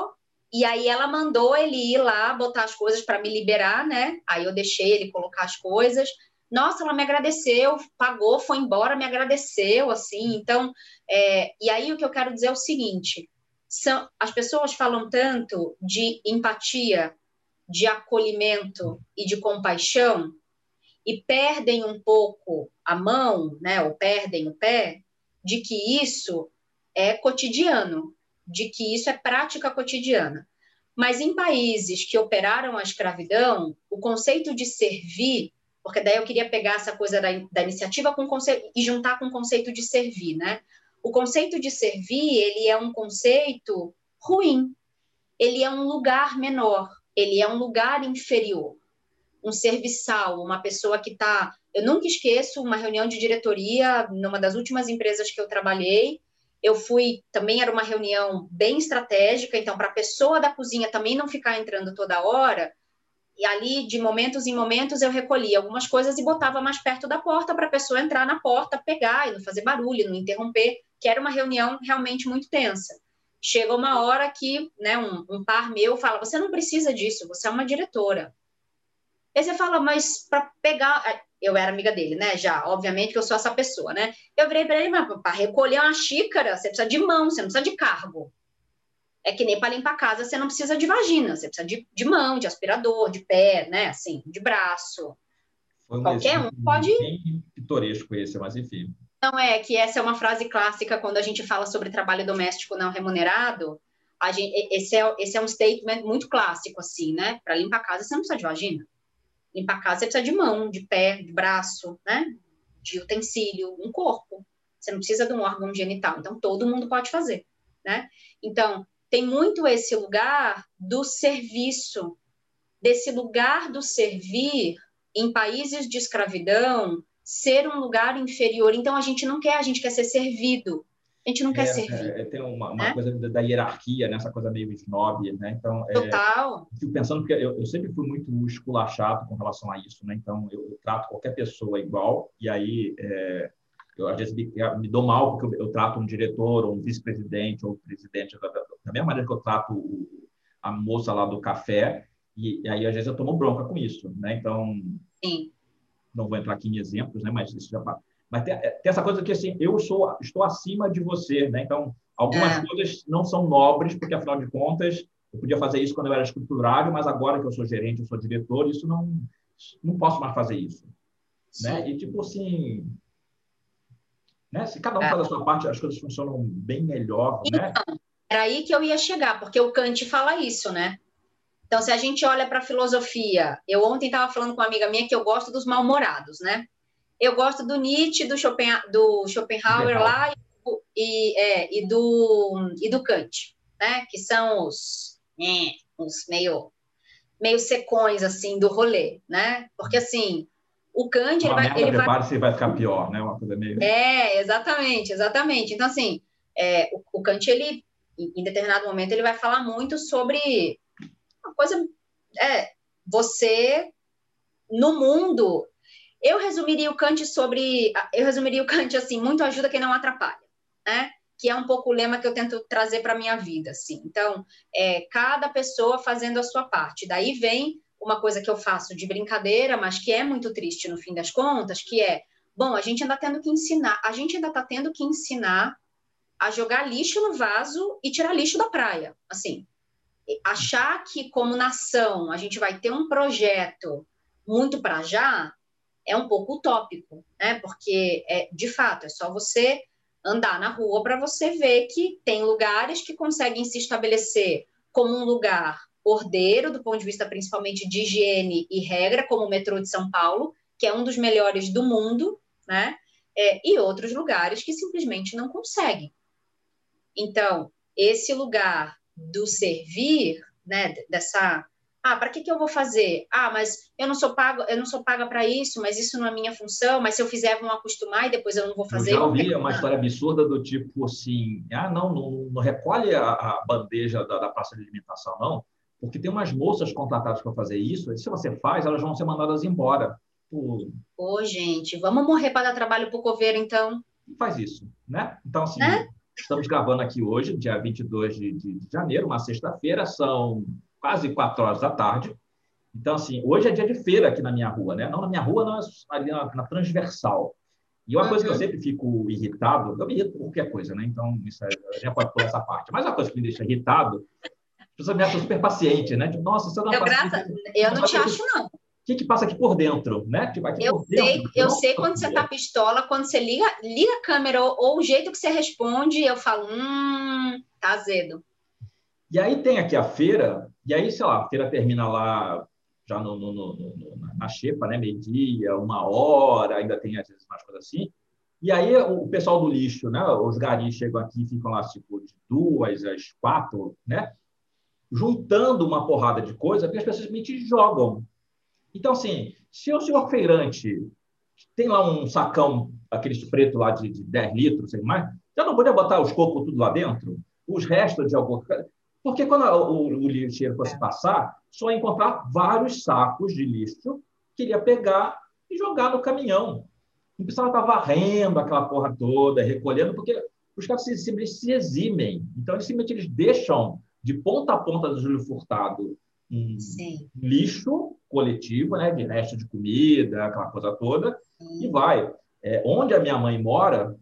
E aí ela mandou ele ir lá botar as coisas para me liberar, né? Aí eu deixei ele colocar as coisas. Nossa, ela me agradeceu, pagou, foi embora, me agradeceu, assim. Então, é... e aí o que eu quero dizer é o seguinte: são... as pessoas falam tanto de empatia, de acolhimento e de compaixão e perdem um pouco a mão, né? Ou perdem o pé de que isso é cotidiano, de que isso é prática cotidiana. Mas em países que operaram a escravidão, o conceito de servir, porque daí eu queria pegar essa coisa da, da iniciativa com conceito, e juntar com o conceito de servir, né? O conceito de servir, ele é um conceito ruim, ele é um lugar menor, ele é um lugar inferior, um serviçal, uma pessoa que está... Eu nunca esqueço uma reunião de diretoria numa das últimas empresas que eu trabalhei. Eu fui, também era uma reunião bem estratégica, então para a pessoa da cozinha também não ficar entrando toda hora, e ali de momentos em momentos eu recolhia algumas coisas e botava mais perto da porta para a pessoa entrar na porta, pegar e não fazer barulho, não interromper, que era uma reunião realmente muito tensa. Chega uma hora que, né, um, um par meu fala, você não precisa disso, você é uma diretora. Aí você fala, mas para pegar... Eu era amiga dele, né? Já, obviamente que eu sou essa pessoa, né? Eu virei para ele, mas para recolher uma xícara, você precisa de mão, você não precisa de cargo. É que nem para limpar a casa, você não precisa de vagina, você precisa de, de mão, de aspirador, de pé, né? Assim, de braço. Foi um Qualquer um exemplo pode... bem pitoresco esse, mas enfim. Não é que essa é uma frase clássica quando a gente fala sobre trabalho doméstico não remunerado. A gente, esse, é, esse é um statement muito clássico, assim, né? Para limpar a casa, você não precisa de vagina. Limpar a casa, você precisa de mão, de pé, de braço, né? De utensílio, um corpo. Você não precisa de um órgão genital. Então, todo mundo pode fazer, né? Então, tem muito esse lugar do serviço, desse lugar do servir em países de escravidão, ser um lugar inferior. Então, a gente não quer, a gente quer ser servido. A gente não quer servir, É, é, tem uma, uma né? coisa da, da hierarquia, né? Essa coisa meio snob, né? Então, é, Total. eu fico pensando, porque eu, eu sempre fui muito esculachado com relação a isso, né? Então, eu, eu trato qualquer pessoa igual, e aí é, eu às vezes me, me dou mal porque eu, eu trato um diretor, ou um vice-presidente, ou presidente, da, da, da mesma maneira que eu trato o, a moça lá do café, e, e aí às vezes eu tomo bronca com isso, né? Então, Sim. não vou entrar aqui em exemplos, né? Mas isso já mas tem, tem essa coisa que assim, eu sou, estou acima de você, né? Então, algumas É. coisas não são nobres, porque afinal de contas, eu podia fazer isso quando eu era escriturário, mas agora que eu sou gerente, eu sou diretor, isso não, não posso mais fazer isso, né? Sim. E tipo assim, né? Se cada um É. faz a sua parte, as coisas funcionam bem melhor, né? Era aí que eu ia chegar, porque o Kant fala isso, né? Então, se a gente olha para a filosofia, eu ontem estava falando com uma amiga minha que eu gosto dos mal-humorados, né? Eu gosto do Nietzsche, do, Schopen, do Schopenhauer lá e, é, e, do, e do Kant, né? Que são os, é, os meio, meio secões, assim, do rolê, né? Porque, assim, o Kant, ele Uma vai... merda, Ele vai prepare-se, vai ficar pior, né? Uma coisa meio... é, exatamente, exatamente. Então, assim, é, o, o Kant, ele, em, em determinado momento, ele vai falar muito sobre uma coisa... É, você, no mundo... Eu resumiria o Kant sobre... Eu resumiria o Kant assim, muito ajuda quem não atrapalha, né? Que é um pouco o lema que eu tento trazer para a minha vida, assim. Então, é, cada pessoa fazendo a sua parte. Daí vem uma coisa que eu faço de brincadeira, mas que é muito triste no fim das contas, que é, bom, a gente ainda tá tendo que ensinar, a gente ainda está tendo que ensinar a jogar lixo no vaso e tirar lixo da praia. Assim, achar que como nação a gente vai ter um projeto muito para já é um pouco utópico, né? Porque, é, de fato, é só você andar na rua para você ver que tem lugares que conseguem se estabelecer como um lugar ordeiro, do ponto de vista principalmente de higiene e regra, como o metrô de São Paulo, que é um dos melhores do mundo, né? É, e outros lugares que simplesmente não conseguem. Então, esse lugar do servir, né, dessa... Ah, para que que eu vou fazer? Ah, mas eu não sou pago, eu não sou paga para isso, mas isso não é minha função, mas se eu fizer vão acostumar e depois eu não vou Eu fazer, já vão ouvi uma reclamar. história absurda do tipo assim, ah, não, não, não recolhe a, a bandeja da, da praça de alimentação, não, porque tem umas moças contratadas para fazer isso, e se você faz, elas vão ser mandadas embora. Pô, Ô, gente, vamos morrer para dar trabalho para o coveiro, então, faz isso, né? Então, assim, né? Estamos gravando aqui hoje, dia vinte e dois de, de, de janeiro, uma sexta-feira, são quase quatro horas da tarde. Então, assim, hoje é dia de feira aqui na minha rua, né? Não na minha rua, não, ali na, na Transversal. E uma coisa que eu Uhum. sempre fico irritado, eu me irrito por qualquer coisa, né? Então, isso é, a gente pode pular essa parte. Mas uma coisa que me deixa irritado, as pessoas me acham super paciente, né? Tipo, nossa, você não é Eu, graça, paciente, eu não não te sabe o que, acho, não. que, que passa aqui por dentro, né? Tipo, aqui Eu por sei, dentro, eu eu não sei quando você sabia. tá pistola, quando você liga, liga a câmera ou, ou o jeito que você responde, eu falo, hum, tá azedo. E aí tem aqui a feira, e aí, sei lá, a feira termina lá já no, no, no, no, na xepa, né? Meio-dia, uma hora, ainda tem às vezes umas coisas assim. E aí o pessoal do lixo, né? Os garis chegam aqui e ficam lá, tipo, de duas às quatro, né? Juntando uma porrada de coisa, porque as pessoas simplesmente jogam. Então, assim, se o senhor feirante tem lá um sacão, aqueles preto lá de, de dez litros, sei mais, já não podia botar os cocos tudo lá dentro? Os restos de alguma coisa? Porque quando o, o lixeiro fosse passar, só ia encontrar vários sacos de lixo que ele ia pegar e jogar no caminhão. Não precisava estar varrendo aquela porra toda, recolhendo, porque os caras simplesmente se eximem. Então, eles simplesmente eles deixam de ponta a ponta do Júlio Furtado um Sim, lixo coletivo, né, de resto de comida, aquela coisa toda, e sim. vai. É, onde a minha mãe mora,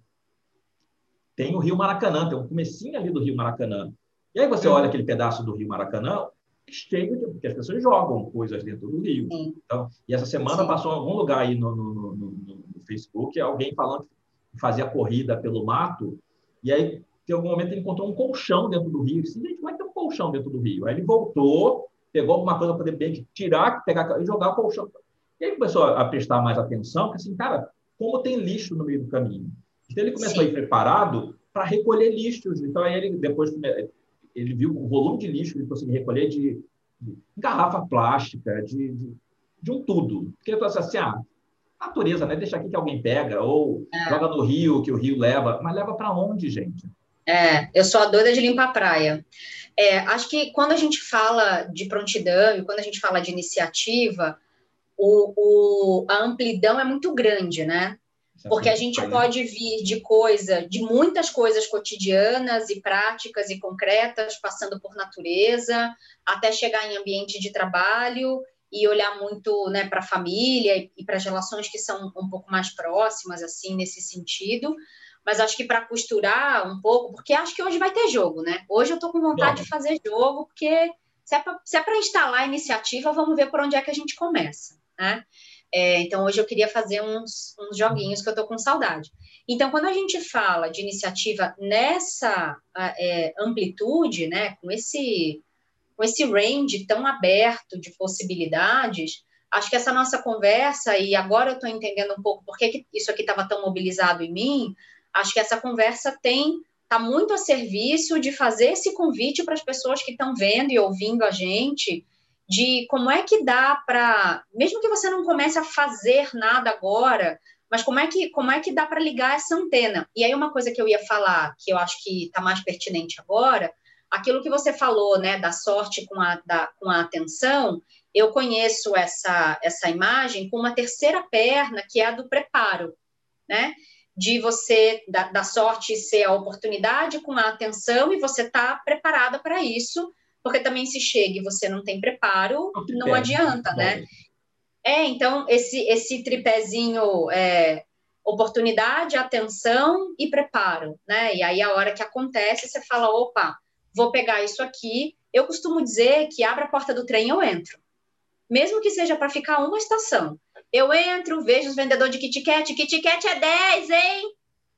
tem o Rio Maracanã, tem um comecinho ali do Rio Maracanã. E aí você olha Uhum, aquele pedaço do Rio Maracanã, cheio de... porque as pessoas jogam coisas dentro do rio. sim, Então, e essa semana sim. passou em algum lugar aí no, no, no, no, no Facebook, alguém falando que fazia corrida pelo mato, e aí, em algum momento, ele encontrou um colchão dentro do rio. Eu disse, gente, como é que tem um colchão dentro do rio? Aí ele voltou, pegou alguma coisa para poder bem tirar, pegar e jogar o colchão. E aí começou a prestar mais atenção, porque assim, cara, como tem lixo no meio do caminho. Então ele começou a ir Sim. preparado para recolher lixos. Então aí ele depois ele viu o volume de lixo que ele conseguiu recolher de, de garrafa plástica, de, de, de um tudo. Porque ele falou assim, ah, natureza, né? Deixa aqui que alguém pega, ou É, joga no rio, que o rio leva. Mas leva para onde, gente? é, eu sou a doida de limpar a praia. É, acho que quando a gente fala de prontidão e quando a gente fala de iniciativa, o, o, a amplidão é muito grande, né? Isso é Porque assim a que gente vai, né? pode vir de coisa, de muitas coisas cotidianas e práticas e concretas, passando por natureza, até chegar em ambiente de trabalho e olhar muito, né, para a família e, e para as relações que são um pouco mais próximas, assim, nesse sentido. Mas acho que para costurar um pouco, porque acho que hoje vai ter jogo, né? Hoje eu estou com vontade Não, de fazer jogo, porque se é para instalar a iniciativa, vamos ver por onde é que a gente começa, né? É, então, hoje eu queria fazer uns, uns joguinhos que eu tô com saudade. Então, quando a gente fala de iniciativa nessa é, amplitude, né, com esse, com esse range tão aberto de possibilidades, acho que essa nossa conversa, e agora eu estou entendendo um pouco por que, que isso aqui estava tão mobilizado em mim, acho que essa conversa tem está muito a serviço de fazer esse convite para as pessoas que estão vendo e ouvindo a gente, de como é que dá para, mesmo que você não comece a fazer nada agora, mas como é que, como é que dá para ligar essa antena? E aí uma coisa que eu ia falar, que eu acho que está mais pertinente agora, aquilo que você falou, né, da sorte com a, da, com a atenção, eu conheço essa, essa imagem com uma terceira perna, que é a do preparo, né? De você, da, da sorte ser a oportunidade com a atenção e você tá preparada para isso, porque também se chega e você não tem preparo, é o não tripé, né? Muito adianta, bom né? mesmo. É, então, esse, esse tripézinho, é, oportunidade, atenção e preparo, né? E aí, a hora que acontece, você fala, opa, vou pegar isso aqui. Eu costumo dizer que abre a porta do trem, eu entro. Mesmo que seja para ficar uma estação. Eu entro, vejo os vendedores de Kit Kat, Kit Kat é dez, hein?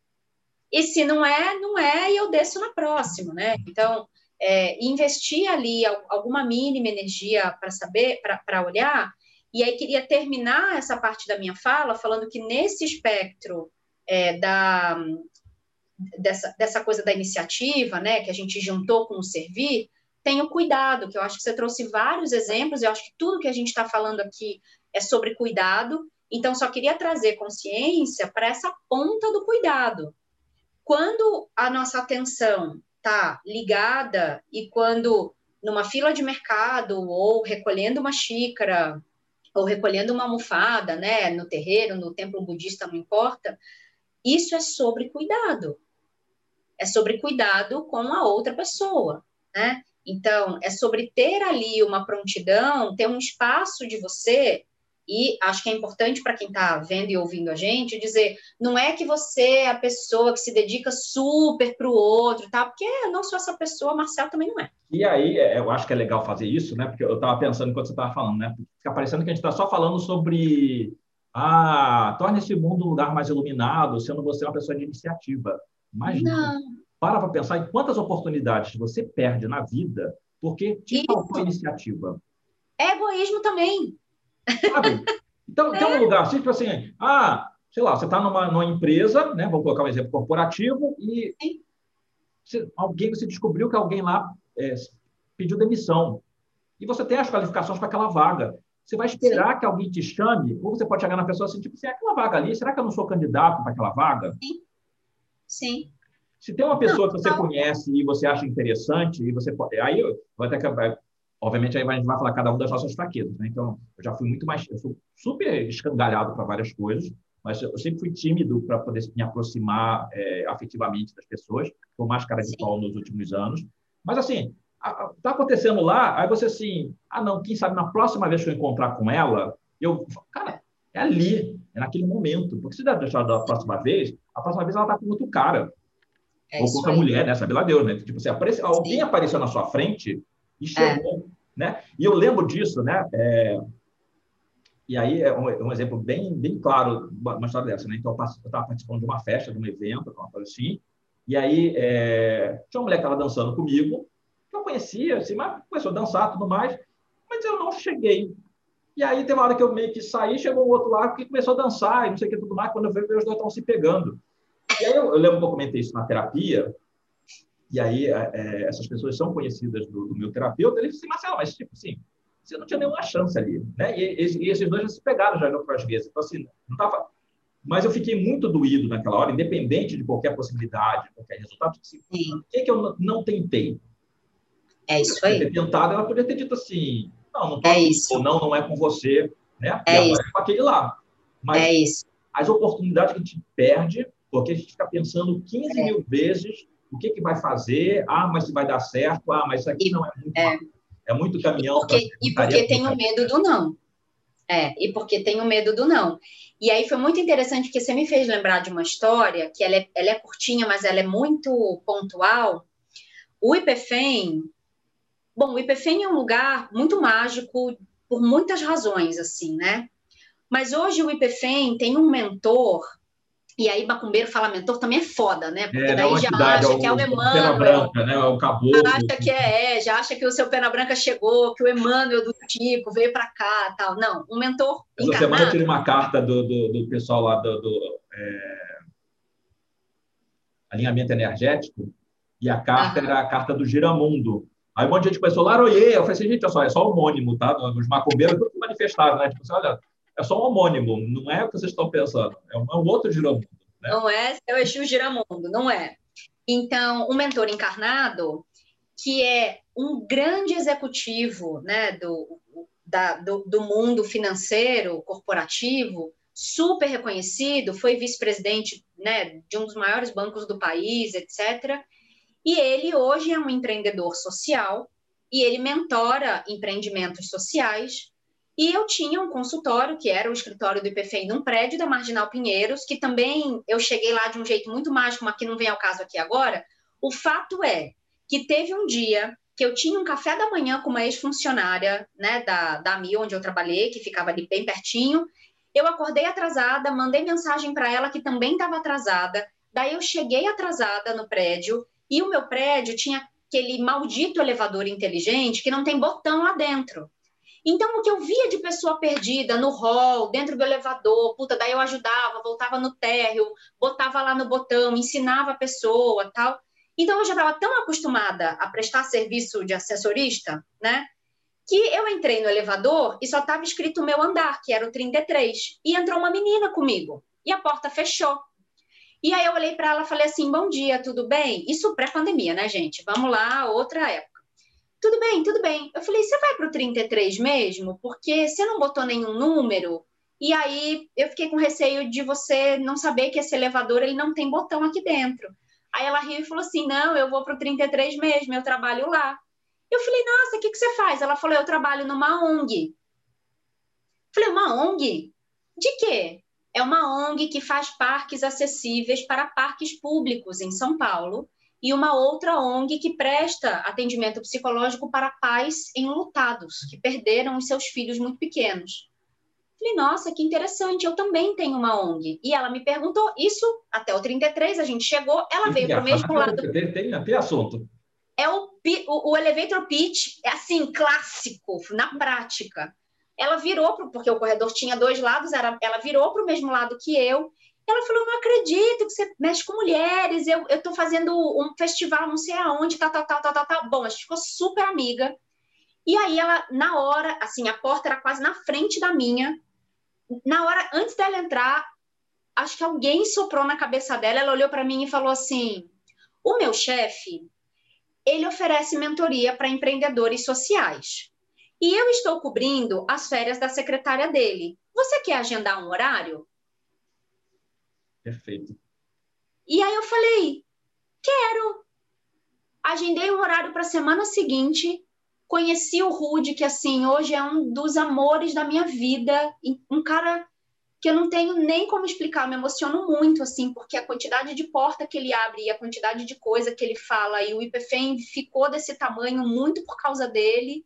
E se não é, não é, e eu desço na próxima, né? Então, é, investir ali alguma mínima energia para saber, para olhar, e aí queria terminar essa parte da minha fala falando que nesse espectro é, da, dessa, dessa coisa da iniciativa, né, que a gente juntou com o servir, tem o cuidado, que eu acho que você trouxe vários exemplos, eu acho que tudo que a gente está falando aqui é sobre cuidado, então só queria trazer consciência para essa ponta do cuidado. Quando a nossa atenção está ligada e quando numa fila de mercado ou recolhendo uma xícara ou recolhendo uma almofada, né, no terreiro, no templo budista, não importa, isso é sobre cuidado. é sobre cuidado com a outra pessoa, né? Então, é sobre ter ali uma prontidão, ter um espaço de você, e acho que é importante para quem está vendo e ouvindo a gente, dizer, não é que você é a pessoa que se dedica super para o outro, tá? Porque eu não sou essa pessoa, Marcelo também não é. E aí, eu acho que é legal fazer isso, né? Porque eu estava pensando enquanto você estava falando, né? Fica parecendo que a gente está só falando sobre ah, torne esse mundo um lugar mais iluminado, sendo você uma pessoa de iniciativa. Mas não. Não. Para para pensar em quantas oportunidades você perde na vida porque te faltou Isso. iniciativa. É egoísmo também. Sabe? Então, tem um lugar assim, tipo assim, ah, sei lá, você está numa, numa empresa, né? Vou colocar um exemplo corporativo, e você, alguém, você descobriu que alguém lá é, pediu demissão. E você tem as qualificações para aquela vaga. Você vai esperar Sim. que alguém te chame, ou você pode chegar na pessoa assim, tipo, assim, é aquela vaga ali, será que eu não sou candidato para aquela vaga? Sim. Sim. Se tem uma pessoa não, que você não. conhece e você acha interessante, e você pode. Aí eu vou até acabar. Obviamente, aí a gente vai falar cada um das nossas fraquezas, né? Então, eu já fui muito mais. Eu sou super escangalhado para várias coisas, mas eu sempre fui tímido para poder me aproximar é, afetivamente das pessoas. Sou mais cara de Sim. pau nos últimos anos. Mas, assim, está acontecendo lá, aí você assim, ah, não, quem sabe na próxima vez que eu encontrar com ela, eu. Cara, é ali, é naquele momento. Porque se der deixar da próxima vez, a próxima vez ela está com outro cara. É ou com outra mulher, né? Sabe lá Deus, né? Tipo, assim, aparece, alguém apareceu na sua frente e chegou, é. né? E eu lembro disso, né? É... E aí é um, um exemplo bem, bem claro, uma história dessa, né? Então, eu estava participando de uma festa, de um evento, uma coisa assim, e aí é... tinha uma mulher que estava dançando comigo, que eu conhecia, assim, mas começou a dançar e tudo mais, mas eu não cheguei. E aí, tem uma hora que eu meio que saí, chegou um outro lá que começou a dançar e não sei o que tudo mais, quando eu vi, os dois estavam se pegando. E aí, eu, eu lembro que eu comentei isso na terapia, e aí é, essas pessoas são conhecidas do, do meu terapeuta, ele disse assim, Marcelo, mas tipo assim, você não tinha nenhuma chance ali, né? E, e, e esses dois já se pegaram já em outras vezes. Então, assim, não tava... Mas eu fiquei muito doído naquela hora, independente de qualquer possibilidade, de qualquer resultado. Assim, por que, que eu não, não tentei? É isso aí. Eu ter tentado, ela poderia ter dito assim, não, não tô é aqui, isso. ou não, não é com você, né? É e agora isso. é com aquele lá. Mas é isso. as oportunidades que a gente perde, porque a gente fica pensando quinze mil vezes o que, que vai fazer, ah, mas se vai dar certo, ah, mas isso aqui não é muito, é, é muito caminhão. E porque, e porque tem o medo do não. É, e porque tem o medo do não. E aí foi muito interessante, porque você me fez lembrar de uma história, que ela é, ela é curtinha, mas ela é muito pontual. O IPFEM, bom, o IPFEM é um lugar muito mágico por muitas razões, assim, né? Mas hoje o IPFEM tem um mentor. E aí, macumbeiro fala mentor também é foda, né? Porque é, daí já acha é o, que é o Emmanuel. Branca, né? O caboclo. Já acha que é, é, já acha que o seu Pena Branca chegou, que o Emmanuel do tipo veio para cá tal. Não, um mentor Essa encarnado. semana eu tirei uma carta do, do, do pessoal lá do, do é, alinhamento energético, e a carta uhum. era a carta do Giramundo. Aí um monte de gente começou, Laroie. Eu falei assim, gente, olha só, é só homônimo, tá? Os macumbeiros tudo manifestaram, né? Tipo assim, olha, é só um homônimo, não é o que vocês estão pensando, é um, é um outro Giramundo. Né? Não é seu Exu Giramundo, não é. Então, um mentor encarnado, que é um grande executivo, né, do, da, do, do mundo financeiro, corporativo, super reconhecido, foi vice-presidente, né, de um dos maiores bancos do país, etcétera. E ele hoje é um empreendedor social e ele mentora empreendimentos sociais. E eu tinha um consultório, que era o escritório do IPFEM, num prédio da Marginal Pinheiros, que também eu cheguei lá de um jeito muito mágico, mas que não vem ao caso aqui agora. O fato é que teve um dia que eu tinha um café da manhã com uma ex-funcionária, né, da, da A M I, onde eu trabalhei, que ficava ali bem pertinho. Eu acordei atrasada, mandei mensagem para ela que também estava atrasada. Daí eu cheguei atrasada no prédio e o meu prédio tinha aquele maldito elevador inteligente que não tem botão lá dentro. Então, o que eu via de pessoa perdida no hall, dentro do elevador, puta, daí eu ajudava, voltava no térreo, botava lá no botão, ensinava a pessoa, tal. Então, eu já estava tão acostumada a prestar serviço de assessorista, né, que eu entrei no elevador e só estava escrito o meu andar, que era o trinta e três, e entrou uma menina comigo, e a porta fechou. E aí eu olhei para ela e falei assim, bom dia, tudo bem? Isso pré-pandemia, né, gente? Vamos lá, outra época. Tudo bem, tudo bem. Eu falei, você vai para o trinta e três mesmo? Porque você não botou nenhum número? E aí eu fiquei com receio de você não saber que esse elevador ele não tem botão aqui dentro. Aí ela riu e falou assim, não, eu vou para o trinta e três mesmo, eu trabalho lá. Eu falei, nossa, o que, que você faz? Ela falou, eu trabalho numa O N G. Eu falei, uma O N G? De quê? É uma O N G que faz parques acessíveis para parques públicos em São Paulo e uma outra O N G que presta atendimento psicológico para pais enlutados, que perderam os seus filhos muito pequenos. Falei, nossa, que interessante, eu também tenho uma O N G. E ela me perguntou isso até o trinta e três, a gente chegou, ela veio para o mesmo lado. Tem, tem, tem assunto. É o, o, o elevator pitch, é assim, clássico, na prática. Ela virou, pro, porque o corredor tinha dois lados, era, ela virou para o mesmo lado que eu. Ela falou, não acredito que você mexe com mulheres, eu estou fazendo um festival não sei aonde, tal, tal, tal, tal, tal, tal. Bom, a gente ficou super amiga. E aí ela, na hora, assim, a porta era quase na frente da minha. Na hora, antes dela entrar, acho que alguém soprou na cabeça dela, ela olhou para mim e falou assim, o meu chefe, ele oferece mentoria para empreendedores sociais. E eu estou cobrindo as férias da secretária dele. Você quer agendar um horário? Perfeito. E aí eu falei, quero. Agendei um horário para a semana seguinte, conheci o Rude, que assim, hoje é um dos amores da minha vida, um cara que eu não tenho nem como explicar, eu me emociono muito, assim, porque a quantidade de porta que ele abre e a quantidade de coisa que ele fala, e o I P F E M ficou desse tamanho muito por causa dele.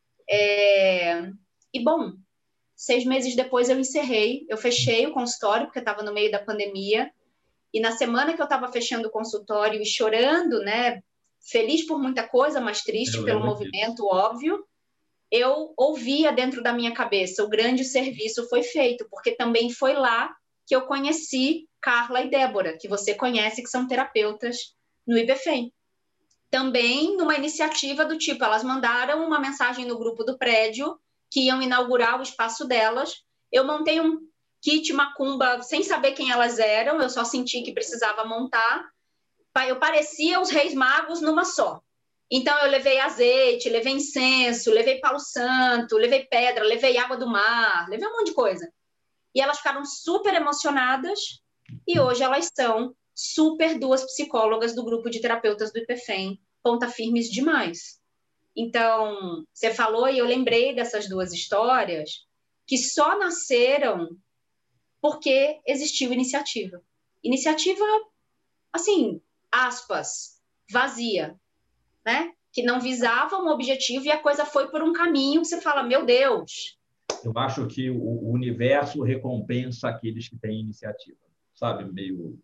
É... E, bom, seis meses depois eu encerrei, eu fechei o consultório, porque estava no meio da pandemia, e na semana que eu estava fechando o consultório e chorando, né, feliz por muita coisa, mas triste pelo movimento, disso. Óbvio, eu ouvia dentro da minha cabeça, o grande serviço foi feito, porque também foi lá que eu conheci Carla e Débora, que você conhece, que são terapeutas no I P F E M. Também numa iniciativa do tipo, elas mandaram uma mensagem no grupo do prédio que iam inaugurar o espaço delas. Eu montei um kit macumba sem saber quem elas eram, eu só senti que precisava montar. Eu parecia os Reis Magos numa só. Então, eu levei azeite, levei incenso, levei palo santo, levei pedra, levei água do mar, levei um monte de coisa. E elas ficaram super emocionadas e hoje elas são super duas psicólogas do grupo de terapeutas do I P F E M, ponta firmes demais. Então, você falou e eu lembrei dessas duas histórias que só nasceram porque existiu iniciativa. Iniciativa, assim, aspas, vazia, né? Que não visava um objetivo e a coisa foi por um caminho que você fala, meu Deus. Eu acho que o universo recompensa aqueles que têm iniciativa, sabe? Meio...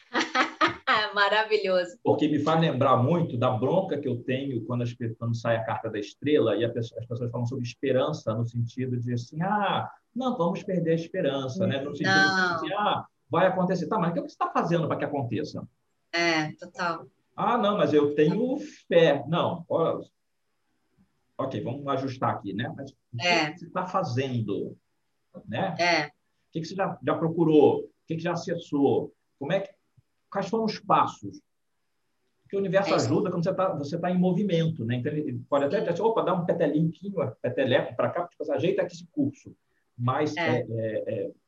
Maravilhoso. Porque me faz lembrar muito da bronca que eu tenho quando, as, quando sai a carta da estrela e a pessoa, as pessoas falam sobre esperança, no sentido de assim, ah, não vamos perder a esperança, né? No sentido não. de assim, ah, vai acontecer. Tá, mas o que você está fazendo para que aconteça? É, total. Ah, não, mas eu tenho fé. Não, olha, ok, vamos ajustar aqui, né? Mas o é. que você está fazendo? Né? É. O que você já, já procurou? O que já acessou? Como é que, quais foram os passos? Porque o universo é ajuda quando você está você tá em movimento, né? Então, ele pode até dizer, opa, dá um petelinho, peteleco para cá, tipo, ajeita aqui esse curso. Mas é. É, é, é,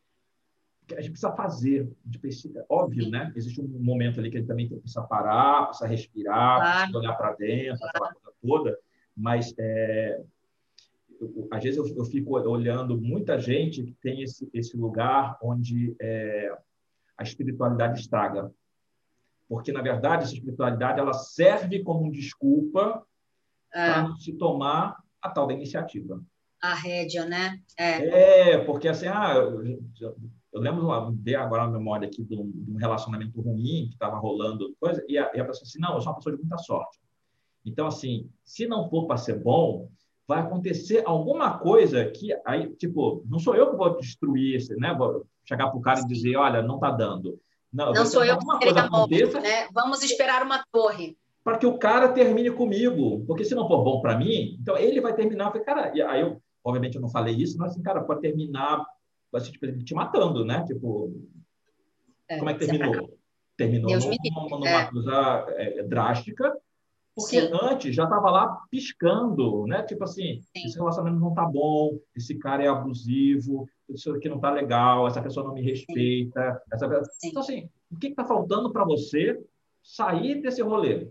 a gente precisa fazer, a gente precisa, óbvio, Sim. né? Existe um momento ali que a gente também precisa parar, precisa respirar, claro. precisa olhar para dentro, claro. aquela coisa toda, mas é, eu, às vezes eu, eu fico olhando muita gente que tem esse, esse lugar onde é, a espiritualidade estraga. Porque, na verdade, essa espiritualidade ela serve como desculpa é. para não se tomar a tal da iniciativa. A rédea, né? É, é porque assim, ah, eu, eu lembro, dei agora a memória aqui de um, de um relacionamento ruim que estava rolando, coisa, e a, e a pessoa assim, não, eu sou uma pessoa de muita sorte. Então, assim, se não for para ser bom, vai acontecer alguma coisa que, aí, tipo, não sou eu que vou destruir, né? Vou chegar para o cara Sim. e dizer, olha, não está dando. Não, não sou eu que coisa aconteça, né? Vamos esperar uma torre. Para que o cara termine comigo. Porque se não for bom para mim, então ele vai terminar. Eu falei, cara, e aí eu, obviamente, eu não falei isso, mas assim, cara, pode terminar assim, tipo, te matando, né? Tipo, é, como é que terminou? Terminou numa, numa é. coisa é, drástica, porque Sim. antes já estava lá piscando, né? Tipo assim, Sim. esse relacionamento não tá bom, esse cara é abusivo, isso aqui não tá legal, essa pessoa não me respeita. Essa... Então, assim, o que está faltando para você sair desse rolê.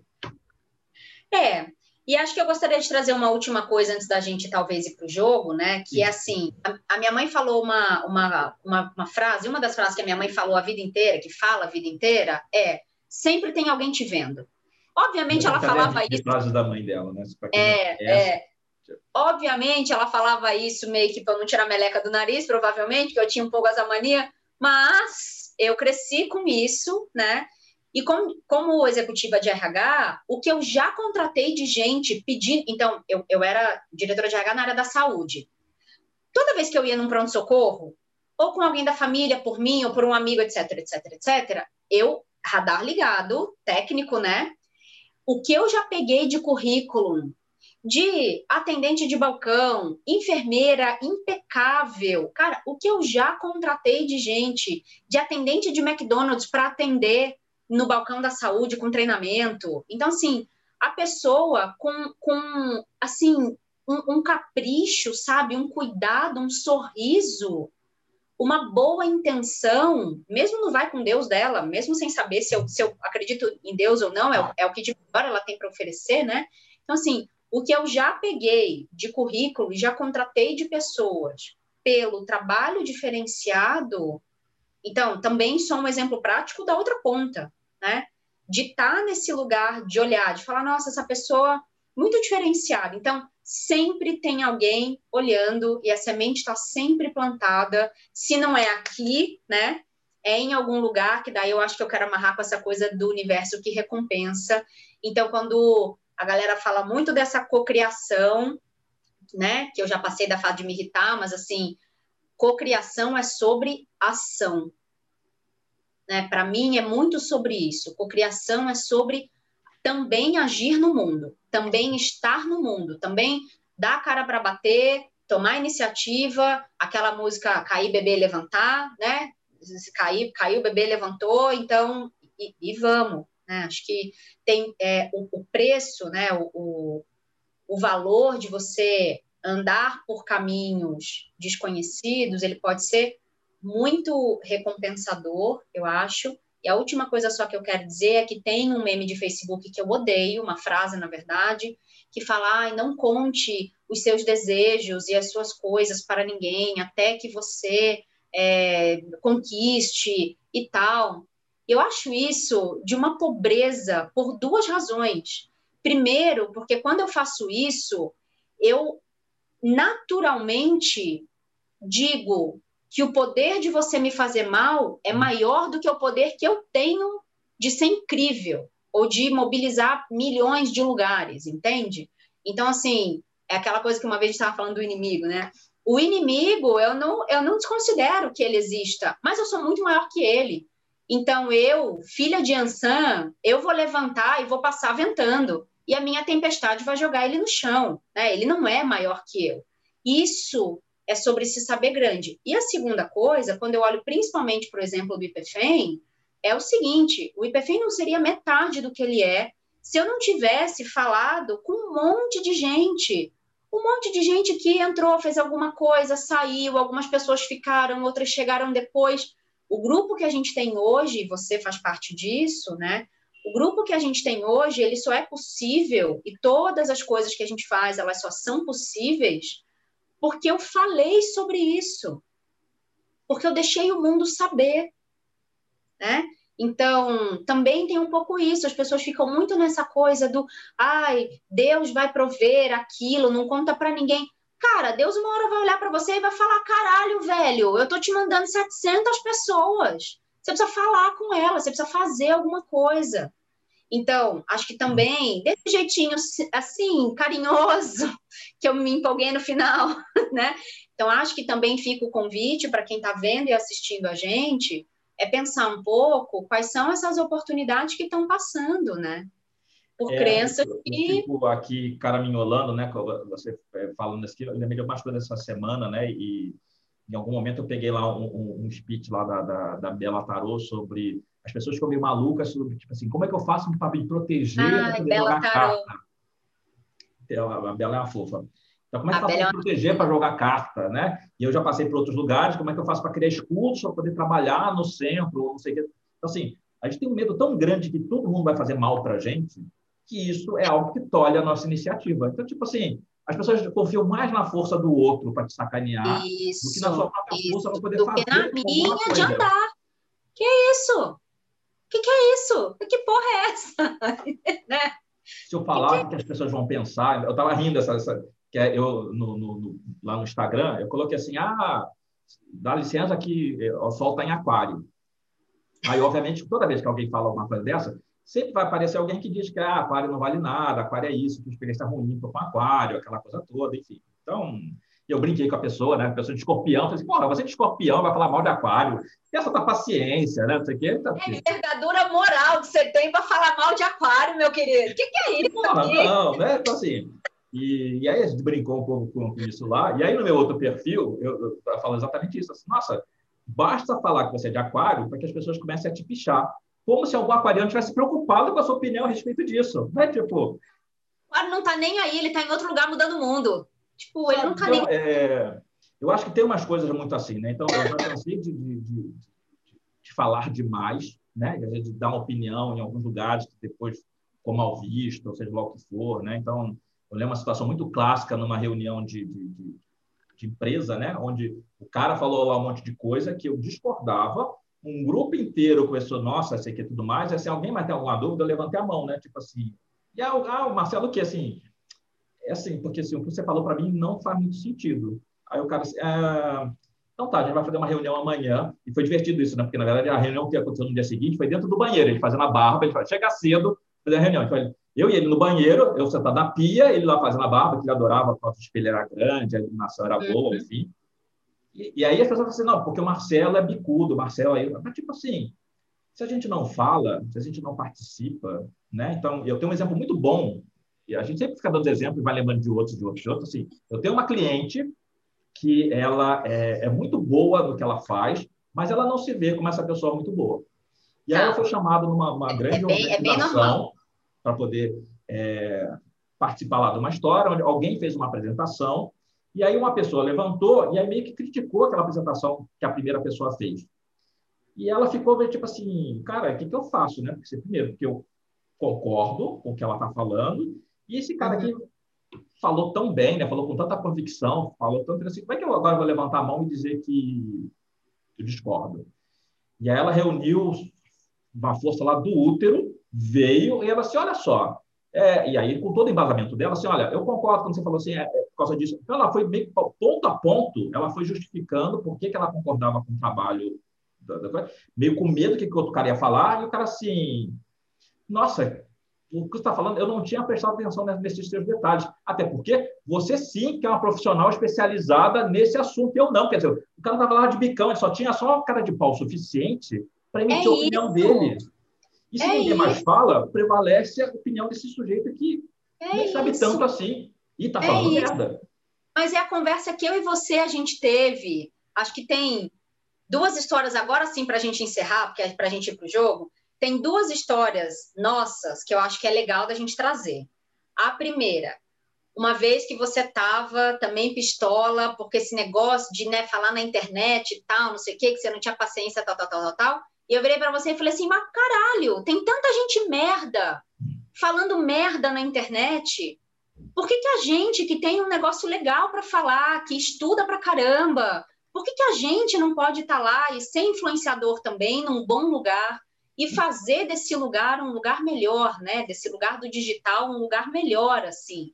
É, e acho que eu gostaria de trazer uma última coisa antes da gente talvez ir para o jogo, né? Que é assim, a, a minha mãe falou uma, uma, uma, uma frase, uma das frases que a minha mãe falou a vida inteira, que fala a vida inteira, é sempre tem alguém te vendo. Obviamente ela falava isso. Frases da mãe dela, né? É, é. Obviamente ela falava isso meio que para não tirar a meleca do nariz, provavelmente, que eu tinha um pouco essa mania, mas eu cresci com isso, né? E como, como executiva de R H, o que eu já contratei de gente pedindo... Então, eu, eu era diretora de R H na área da saúde. Toda vez que eu ia num pronto-socorro, ou com alguém da família, por mim, ou por um amigo, etc, etc, etcétera, eu, radar ligado, técnico, né? O que eu já peguei de currículo de atendente de balcão, enfermeira impecável. Cara, o que eu já contratei de gente, de atendente de McDonald's para atender no balcão da saúde com treinamento. Então, assim, a pessoa com, com assim, um, um capricho, sabe? Um cuidado, um sorriso, uma boa intenção, mesmo no vai com Deus dela, mesmo sem saber se eu, se eu acredito em Deus ou não, é o, é o que de melhor ela tem para oferecer, né? Então, assim, o que eu já peguei de currículo e já contratei de pessoas pelo trabalho diferenciado, então, também sou um exemplo prático da outra ponta, né? De estar nesse lugar, de olhar, de falar, nossa, essa pessoa muito diferenciada. Então, sempre tem alguém olhando e a semente está sempre plantada. Se não é aqui, né? É em algum lugar, que daí eu acho que eu quero amarrar com essa coisa do universo que recompensa. Então, quando a galera fala muito dessa cocriação, né? Que eu já passei da fase de me irritar, mas assim, cocriação é sobre ação. Né? Para mim, é muito sobre isso. Cocriação é sobre também agir no mundo, também estar no mundo, também dar a cara para bater, tomar iniciativa, aquela música Cair, Beber, Levantar, né? Se cair, caiu, bebê levantou, então, e, e vamos. Né? Acho que tem é, o, o preço, né? o, o, o valor de você andar por caminhos desconhecidos, ele pode ser muito recompensador, eu acho. E a última coisa só que eu quero dizer é que tem um meme de Facebook que eu odeio, uma frase, na verdade, que fala, ai, não conte os seus desejos e as suas coisas para ninguém, até que você é, conquiste e tal. Eu acho isso de uma pobreza por duas razões. Primeiro, porque quando eu faço isso, eu naturalmente digo que o poder de você me fazer mal é maior do que o poder que eu tenho de ser incrível ou de mobilizar milhões de lugares, entende? Então, assim, é aquela coisa que uma vez a gente estava falando do inimigo, né? O inimigo, eu não, eu não desconsidero que ele exista, mas eu sou muito maior que ele. Então, eu, filha de Ansan, eu vou levantar e vou passar ventando. E a minha tempestade vai jogar ele no chão. Né? Ele não é maior que eu. Isso é sobre se saber grande. E a segunda coisa, quando eu olho principalmente, por exemplo, do IPFEM, é o seguinte, o IPFEM não seria metade do que ele é se eu não tivesse falado com um monte de gente. Um monte de gente que entrou, fez alguma coisa, saiu, algumas pessoas ficaram, outras chegaram depois. O grupo que a gente tem hoje, você faz parte disso, né? O grupo que a gente tem hoje, ele só é possível, e todas as coisas que a gente faz, elas só são possíveis porque eu falei sobre isso, porque eu deixei o mundo saber, né? Então, também tem um pouco isso, as pessoas ficam muito nessa coisa do, ai, Deus vai prover aquilo, não conta para ninguém. Cara, Deus uma hora vai olhar para você e vai falar, caralho, velho, eu tô te mandando setecentas pessoas. Você precisa falar com elas, você precisa fazer alguma coisa. Então, acho que também, desse jeitinho assim, carinhoso, que eu me empolguei no final, né? Então, acho que também fica o convite para quem está vendo e assistindo a gente, é pensar um pouco quais são essas oportunidades que estão passando, né? Por é, crenças eu, eu que... fico aqui caraminholando, né? Você falando isso aqui, eu lembrei de umas coisas essa semana, né? E em algum momento eu peguei lá um, um, um speech lá da, da, da Bela Tarô sobre as pessoas ficam meio malucas sobre, tipo assim, como é que eu faço para me proteger para Ai, poder Bela jogar Tarô. carta? A Bela é uma fofa. Então, como é que A eu faço Bela para é me uma... proteger para jogar carta, né? E eu já passei por outros lugares, como é que eu faço para criar escudos para poder trabalhar no centro, ou não sei o quê. Então, assim, a gente tem um medo tão grande que todo mundo vai fazer mal para a gente, que isso é algo que tolhe a nossa iniciativa. Então, tipo assim, as pessoas confiam mais na força do outro para te sacanear do que na sua Isso, própria força para isso. poder Do que na fazer alguma minha de coisa. andar. Que isso? Que que é isso? Que porra é essa? Né? Se eu Que que... falar o que as pessoas vão pensar, eu estava rindo essa, essa que é eu no, no, no, lá no Instagram, eu coloquei assim, ah, dá licença que o sol está em aquário. Aí, obviamente, toda vez que alguém fala alguma coisa dessa, sempre vai aparecer alguém que diz que ah, aquário não vale nada, aquário é isso, que experiência ruim com aquário, aquela coisa toda, enfim. Então, eu brinquei com a pessoa, né? A pessoa de escorpião, falei assim, porra, você de escorpião vai falar mal de aquário, essa tua paciência, né? Não sei o quê. Então, É envergadura moral que você tem para falar mal de aquário, meu querido. O que, que é isso porra, aqui? não, né? Então, assim, e, e aí a gente brincou um pouco com, com isso lá, e aí no meu outro perfil, eu, eu falo exatamente isso, assim, nossa, basta falar que você é de aquário para que as pessoas comecem a te pichar. Como se algum aquariano tivesse preocupado com a sua opinião a respeito disso. Né? Tipo, Claro, não tá nem aí, ele tá em outro lugar mudando o mundo. Tipo, ele sabe? não tá nem. Então, é, eu acho que tem umas coisas muito assim, né? Então, eu já cansei de, de, de, de falar demais, né? De, de dar uma opinião em alguns lugares que depois ficou mal visto, ou seja lá o que for, né? Então, eu lembro uma situação muito clássica numa reunião de, de, de, de empresa, né? Onde o cara falou lá um monte de coisa que eu discordava, um grupo inteiro começou, nossa, sei que é tudo mais, assim, alguém mais tem alguma dúvida, eu levantei a mão, né? Tipo assim, e ah, ah, o Marcelo, o que assim? É assim, porque assim, o que você falou para mim não faz muito sentido. Aí o cara assim, ah, então tá, a gente vai fazer uma reunião amanhã, e foi divertido isso, né? Porque na verdade a reunião que aconteceu no dia seguinte foi dentro do banheiro, ele fazendo a barba, ele vai chegar cedo, fazer a reunião. Então, eu e ele no banheiro, eu sentado na pia, ele lá fazendo a barba, que ele adorava, a foto de espelho era grande, a iluminação era boa, Uhum. enfim. E, e aí as pessoas falam assim, não, porque o Marcelo é bicudo, o Marcelo é... Mas, tipo assim, se a gente não fala, se a gente não participa, né? Então, eu tenho um exemplo muito bom, e a gente sempre fica dando exemplo e vai lembrando de outros, de outros, de outros. Assim, eu tenho uma cliente que ela é, é muito boa no que ela faz, mas ela não se vê como essa pessoa muito boa. E aí ela Tá. foi chamada numa uma É grande bem, é bem normal. organização para poder é, participar lá de uma história, onde alguém fez uma apresentação, e aí uma pessoa levantou e aí meio que criticou aquela apresentação que a primeira pessoa fez. E ela ficou meio tipo assim, cara, o que, que eu faço, né? Porque, primeiro, porque eu concordo com o que ela está falando, e esse cara Uhum. aqui falou tão bem, né? Falou com tanta convicção, falou tanto assim, como é que eu agora vou levantar a mão e dizer que eu discordo? E aí ela reuniu uma força lá do útero, veio e ela assim, olha só, é, e aí com todo o embasamento dela, assim, olha, eu concordo quando você falou assim, é, é por causa disso. Então ela foi meio ponto a ponto, ela foi justificando por que, que ela concordava com o trabalho, da, da, meio com medo do que, que o outro cara ia falar, e o cara assim, nossa, o que você está falando, eu não tinha prestado atenção nesses seus detalhes. Até porque você sim que é uma profissional especializada nesse assunto, eu não. Quer dizer, o cara estava lá de bicão, ele só tinha só cara de pau suficiente para É emitir a opinião isso, dele. E se é ninguém mais isso, fala, prevalece a opinião desse sujeito que é nem sabe tanto isso, assim e está é falando isso. merda. Mas é a conversa que eu e você a gente teve. Acho que tem duas histórias agora sim para a gente encerrar, porque é para a gente ir para o jogo. Tem duas histórias nossas que eu acho que é legal da gente trazer. A primeira, uma vez que você estava também pistola, porque esse negócio de, né, falar na internet e tal, não sei o quê, que você não tinha paciência, tal, tal, tal, tal, tal. E eu virei para você e falei assim, mas caralho, tem tanta gente merda falando merda na internet. Por que que a gente que tem um negócio legal para falar, que estuda pra caramba, por que que a gente não pode estar lá e ser influenciador também num bom lugar e fazer desse lugar um lugar melhor, né? Desse lugar do digital um lugar melhor, assim.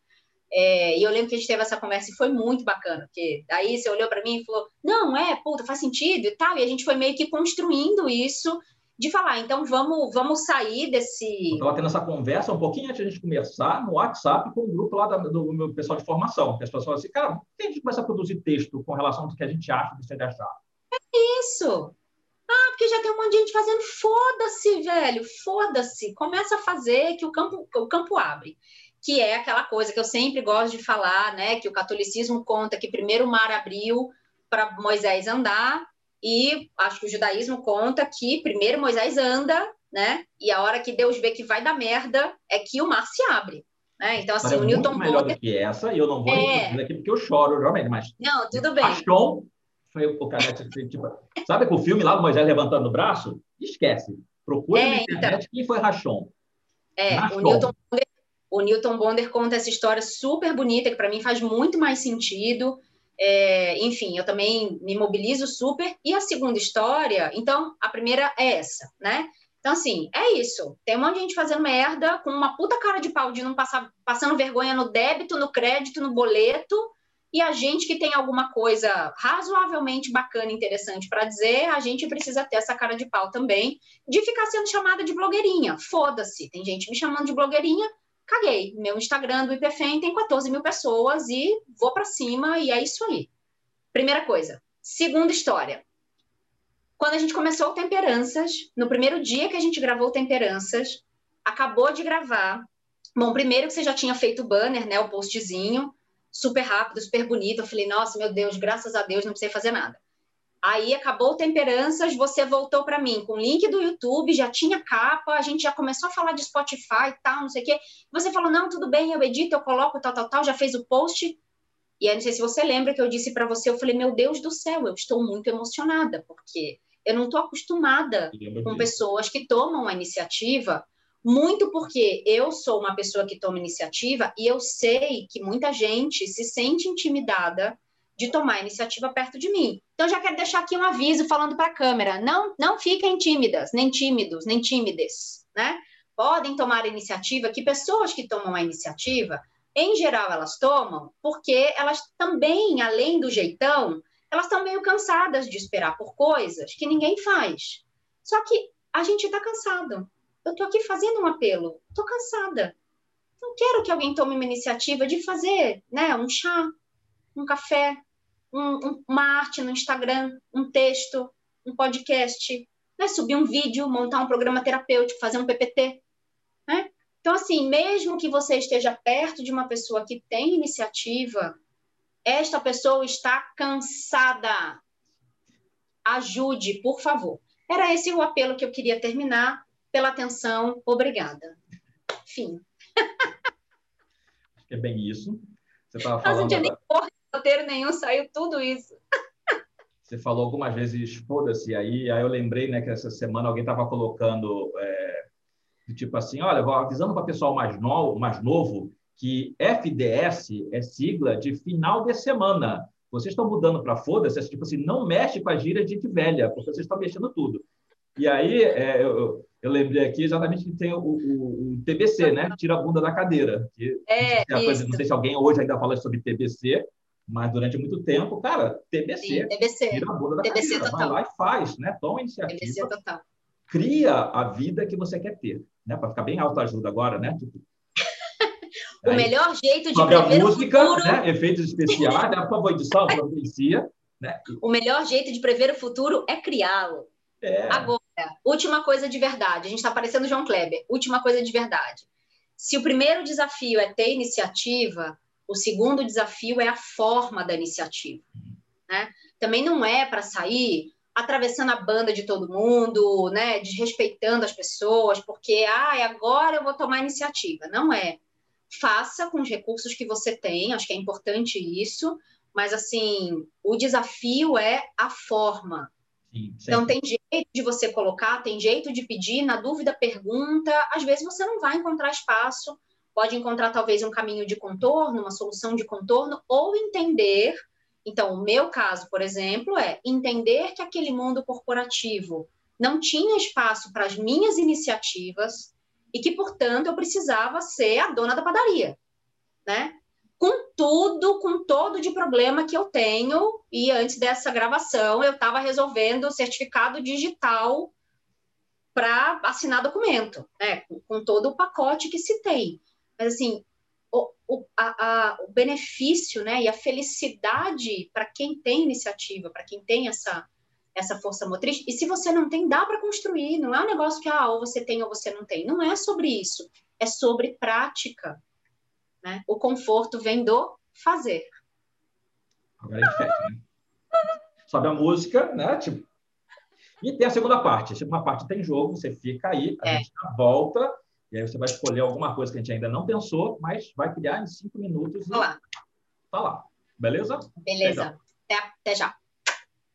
É, e eu lembro que a gente teve essa conversa e foi muito bacana, porque daí você olhou para mim e falou, não, é, puta, faz sentido e tal, e a gente foi meio que construindo isso de falar, então vamos, vamos sair Eu desse... estava tendo essa conversa um pouquinho antes de a gente começar, no WhatsApp, com o um grupo lá da, do meu pessoal de formação, que as pessoas falam assim, cara, por que a gente começa a produzir texto com relação ao que a gente acha que você deve achar? Isso! Porque já tem um monte de gente fazendo, foda-se, velho, foda-se, começa a fazer que o campo, o campo abre, que é aquela coisa que eu sempre gosto de falar, né, que o catolicismo conta que primeiro o mar abriu para Moisés andar, e acho que o judaísmo conta que primeiro Moisés anda, né, e a hora que Deus vê que vai dar merda é que o mar se abre, né, então História assim, é o muito Newton melhor do Bonner que essa, e eu não vou reproduzir é, aqui porque eu choro, realmente, mas não, de tudo bem, paixão foi o cara, tipo, sabe com o filme lá do Moisés levantando o braço? Esquece. Procura na É, internet então, quem foi Rashom. é, o Newton, Rashom. Bonder- o Newton Bonder conta essa história super bonita, que para mim faz muito mais sentido. É, enfim, eu também me mobilizo super. E a segunda história, então, a primeira é essa, né? Então, assim, é isso. Tem um monte de gente fazendo merda com uma puta cara de pau de não passar, passando vergonha no débito, no crédito, no boleto. E a gente que tem alguma coisa razoavelmente bacana, interessante para dizer, a gente precisa ter essa cara de pau também, de ficar sendo chamada de blogueirinha. Foda-se, tem gente me chamando de blogueirinha, caguei. Meu Instagram do I P F E M tem quatorze mil pessoas e vou para cima e é isso aí. Primeira coisa. Segunda história. Quando a gente começou o Temperanças, no primeiro dia que a gente gravou o Temperanças, acabou de gravar. Bom, primeiro que você já tinha feito o banner, né, o postzinho, super rápido, super bonito. Eu falei, nossa, meu Deus, graças a Deus, não precisei fazer nada. Aí acabou o Temperanças, você voltou para mim com o link do YouTube, já tinha capa, a gente já começou a falar de Spotify e tal, não sei o quê. Você falou, não, tudo bem, eu edito, eu coloco, tal, tal, tal, já fez o post. E aí, não sei se você lembra que eu disse para você, eu falei, meu Deus do céu, eu estou muito emocionada, porque eu não estou acostumada com pessoas que tomam a iniciativa, muito porque eu sou uma pessoa que toma iniciativa e eu sei que muita gente se sente intimidada de tomar iniciativa perto de mim. Então, já quero deixar aqui um aviso falando para a câmera, não, não fiquem tímidas, nem tímidos, nem tímides, né? Podem tomar a iniciativa, que pessoas que tomam a iniciativa, em geral, elas tomam porque elas também, além do jeitão, elas estão meio cansadas de esperar por coisas que ninguém faz. Só que a gente está cansado. Eu estou aqui fazendo um apelo, estou cansada. Não quero que alguém tome uma iniciativa de fazer, né, um chá, um café, um, um, uma arte no Instagram, um texto, um podcast, né, subir um vídeo, montar um programa terapêutico, fazer um P P T, né? Então, assim, mesmo que você esteja perto de uma pessoa que tem iniciativa, esta pessoa está cansada. Ajude, por favor. Era esse o apelo que eu queria terminar. Pela atenção, obrigada. Fim. É bem isso. Você estava Mas não falando tinha nem agora. porra de roteiro nenhum, saiu tudo isso. Você falou algumas vezes, foda-se, aí, aí eu lembrei, né, que essa semana alguém estava colocando, é, tipo assim, olha, vou avisando para o pessoal mais, no, mais novo que F D S é sigla de final de semana. Vocês estão mudando para foda-se, é tipo assim, não mexe com a gíria de gente velha, porque vocês estão mexendo tudo. E aí, é, eu, eu lembrei aqui exatamente que tem o, o, o T B C, né? Tira a bunda da cadeira. Que, não sei É, se é a coisa, isso. não sei se alguém hoje ainda fala sobre T B C, mas durante muito tempo, cara, Sim, T B C, T B C. tira a bunda da T B C cadeira, vai total. lá e faz, né? Toma a T B C iniciativa, total. cria a vida que você quer ter, né? Para ficar bem autoajuda agora, né? Tipo, O aí, melhor jeito de sobe a prever o música, futuro. né? Efeitos especiais, né? Por favor, edição, providencia, né? O melhor jeito de prever o futuro é criá-lo. É, Agora, última coisa de verdade. A gente está parecendo João Kleber. Última coisa de verdade. Se o primeiro desafio é ter iniciativa, o segundo desafio é a forma da iniciativa, né? Também não é para sair atravessando a banda de todo mundo, né? Desrespeitando as pessoas, porque ah, agora eu vou tomar iniciativa. Não é. Faça com os recursos que você tem, acho que é importante isso, mas assim, o desafio é a forma. sim, Então, sempre. tem jeito de você colocar, tem jeito de pedir, na dúvida, pergunta. Às vezes você não vai encontrar espaço, pode encontrar talvez um caminho de contorno, uma solução de contorno, ou entender. Então, o meu caso, por exemplo, é entender que aquele mundo corporativo não tinha espaço para as minhas iniciativas e que, portanto, eu precisava ser a dona da padaria, né? Com tudo, com todo de problema que eu tenho, e antes dessa gravação eu estava resolvendo o certificado digital para assinar documento, né? Com, com todo o pacote que se tem. Mas assim, o, o, a, a, o benefício, né, e a felicidade para quem tem iniciativa, para quem tem essa, essa força motriz, e se você não tem, dá para construir, não é um negócio que ah, ou você tem ou você não tem, não é sobre isso, é sobre prática. Né? O conforto vem do fazer. Agora a gente fecha, né? Sobe a música, né? Tipo, e tem a segunda parte. A segunda parte tem jogo, você fica aí, a É. gente volta, e aí você vai escolher alguma coisa que a gente ainda não pensou, mas vai criar em cinco minutos e Olá. tá lá. Beleza? Beleza. Até, até já.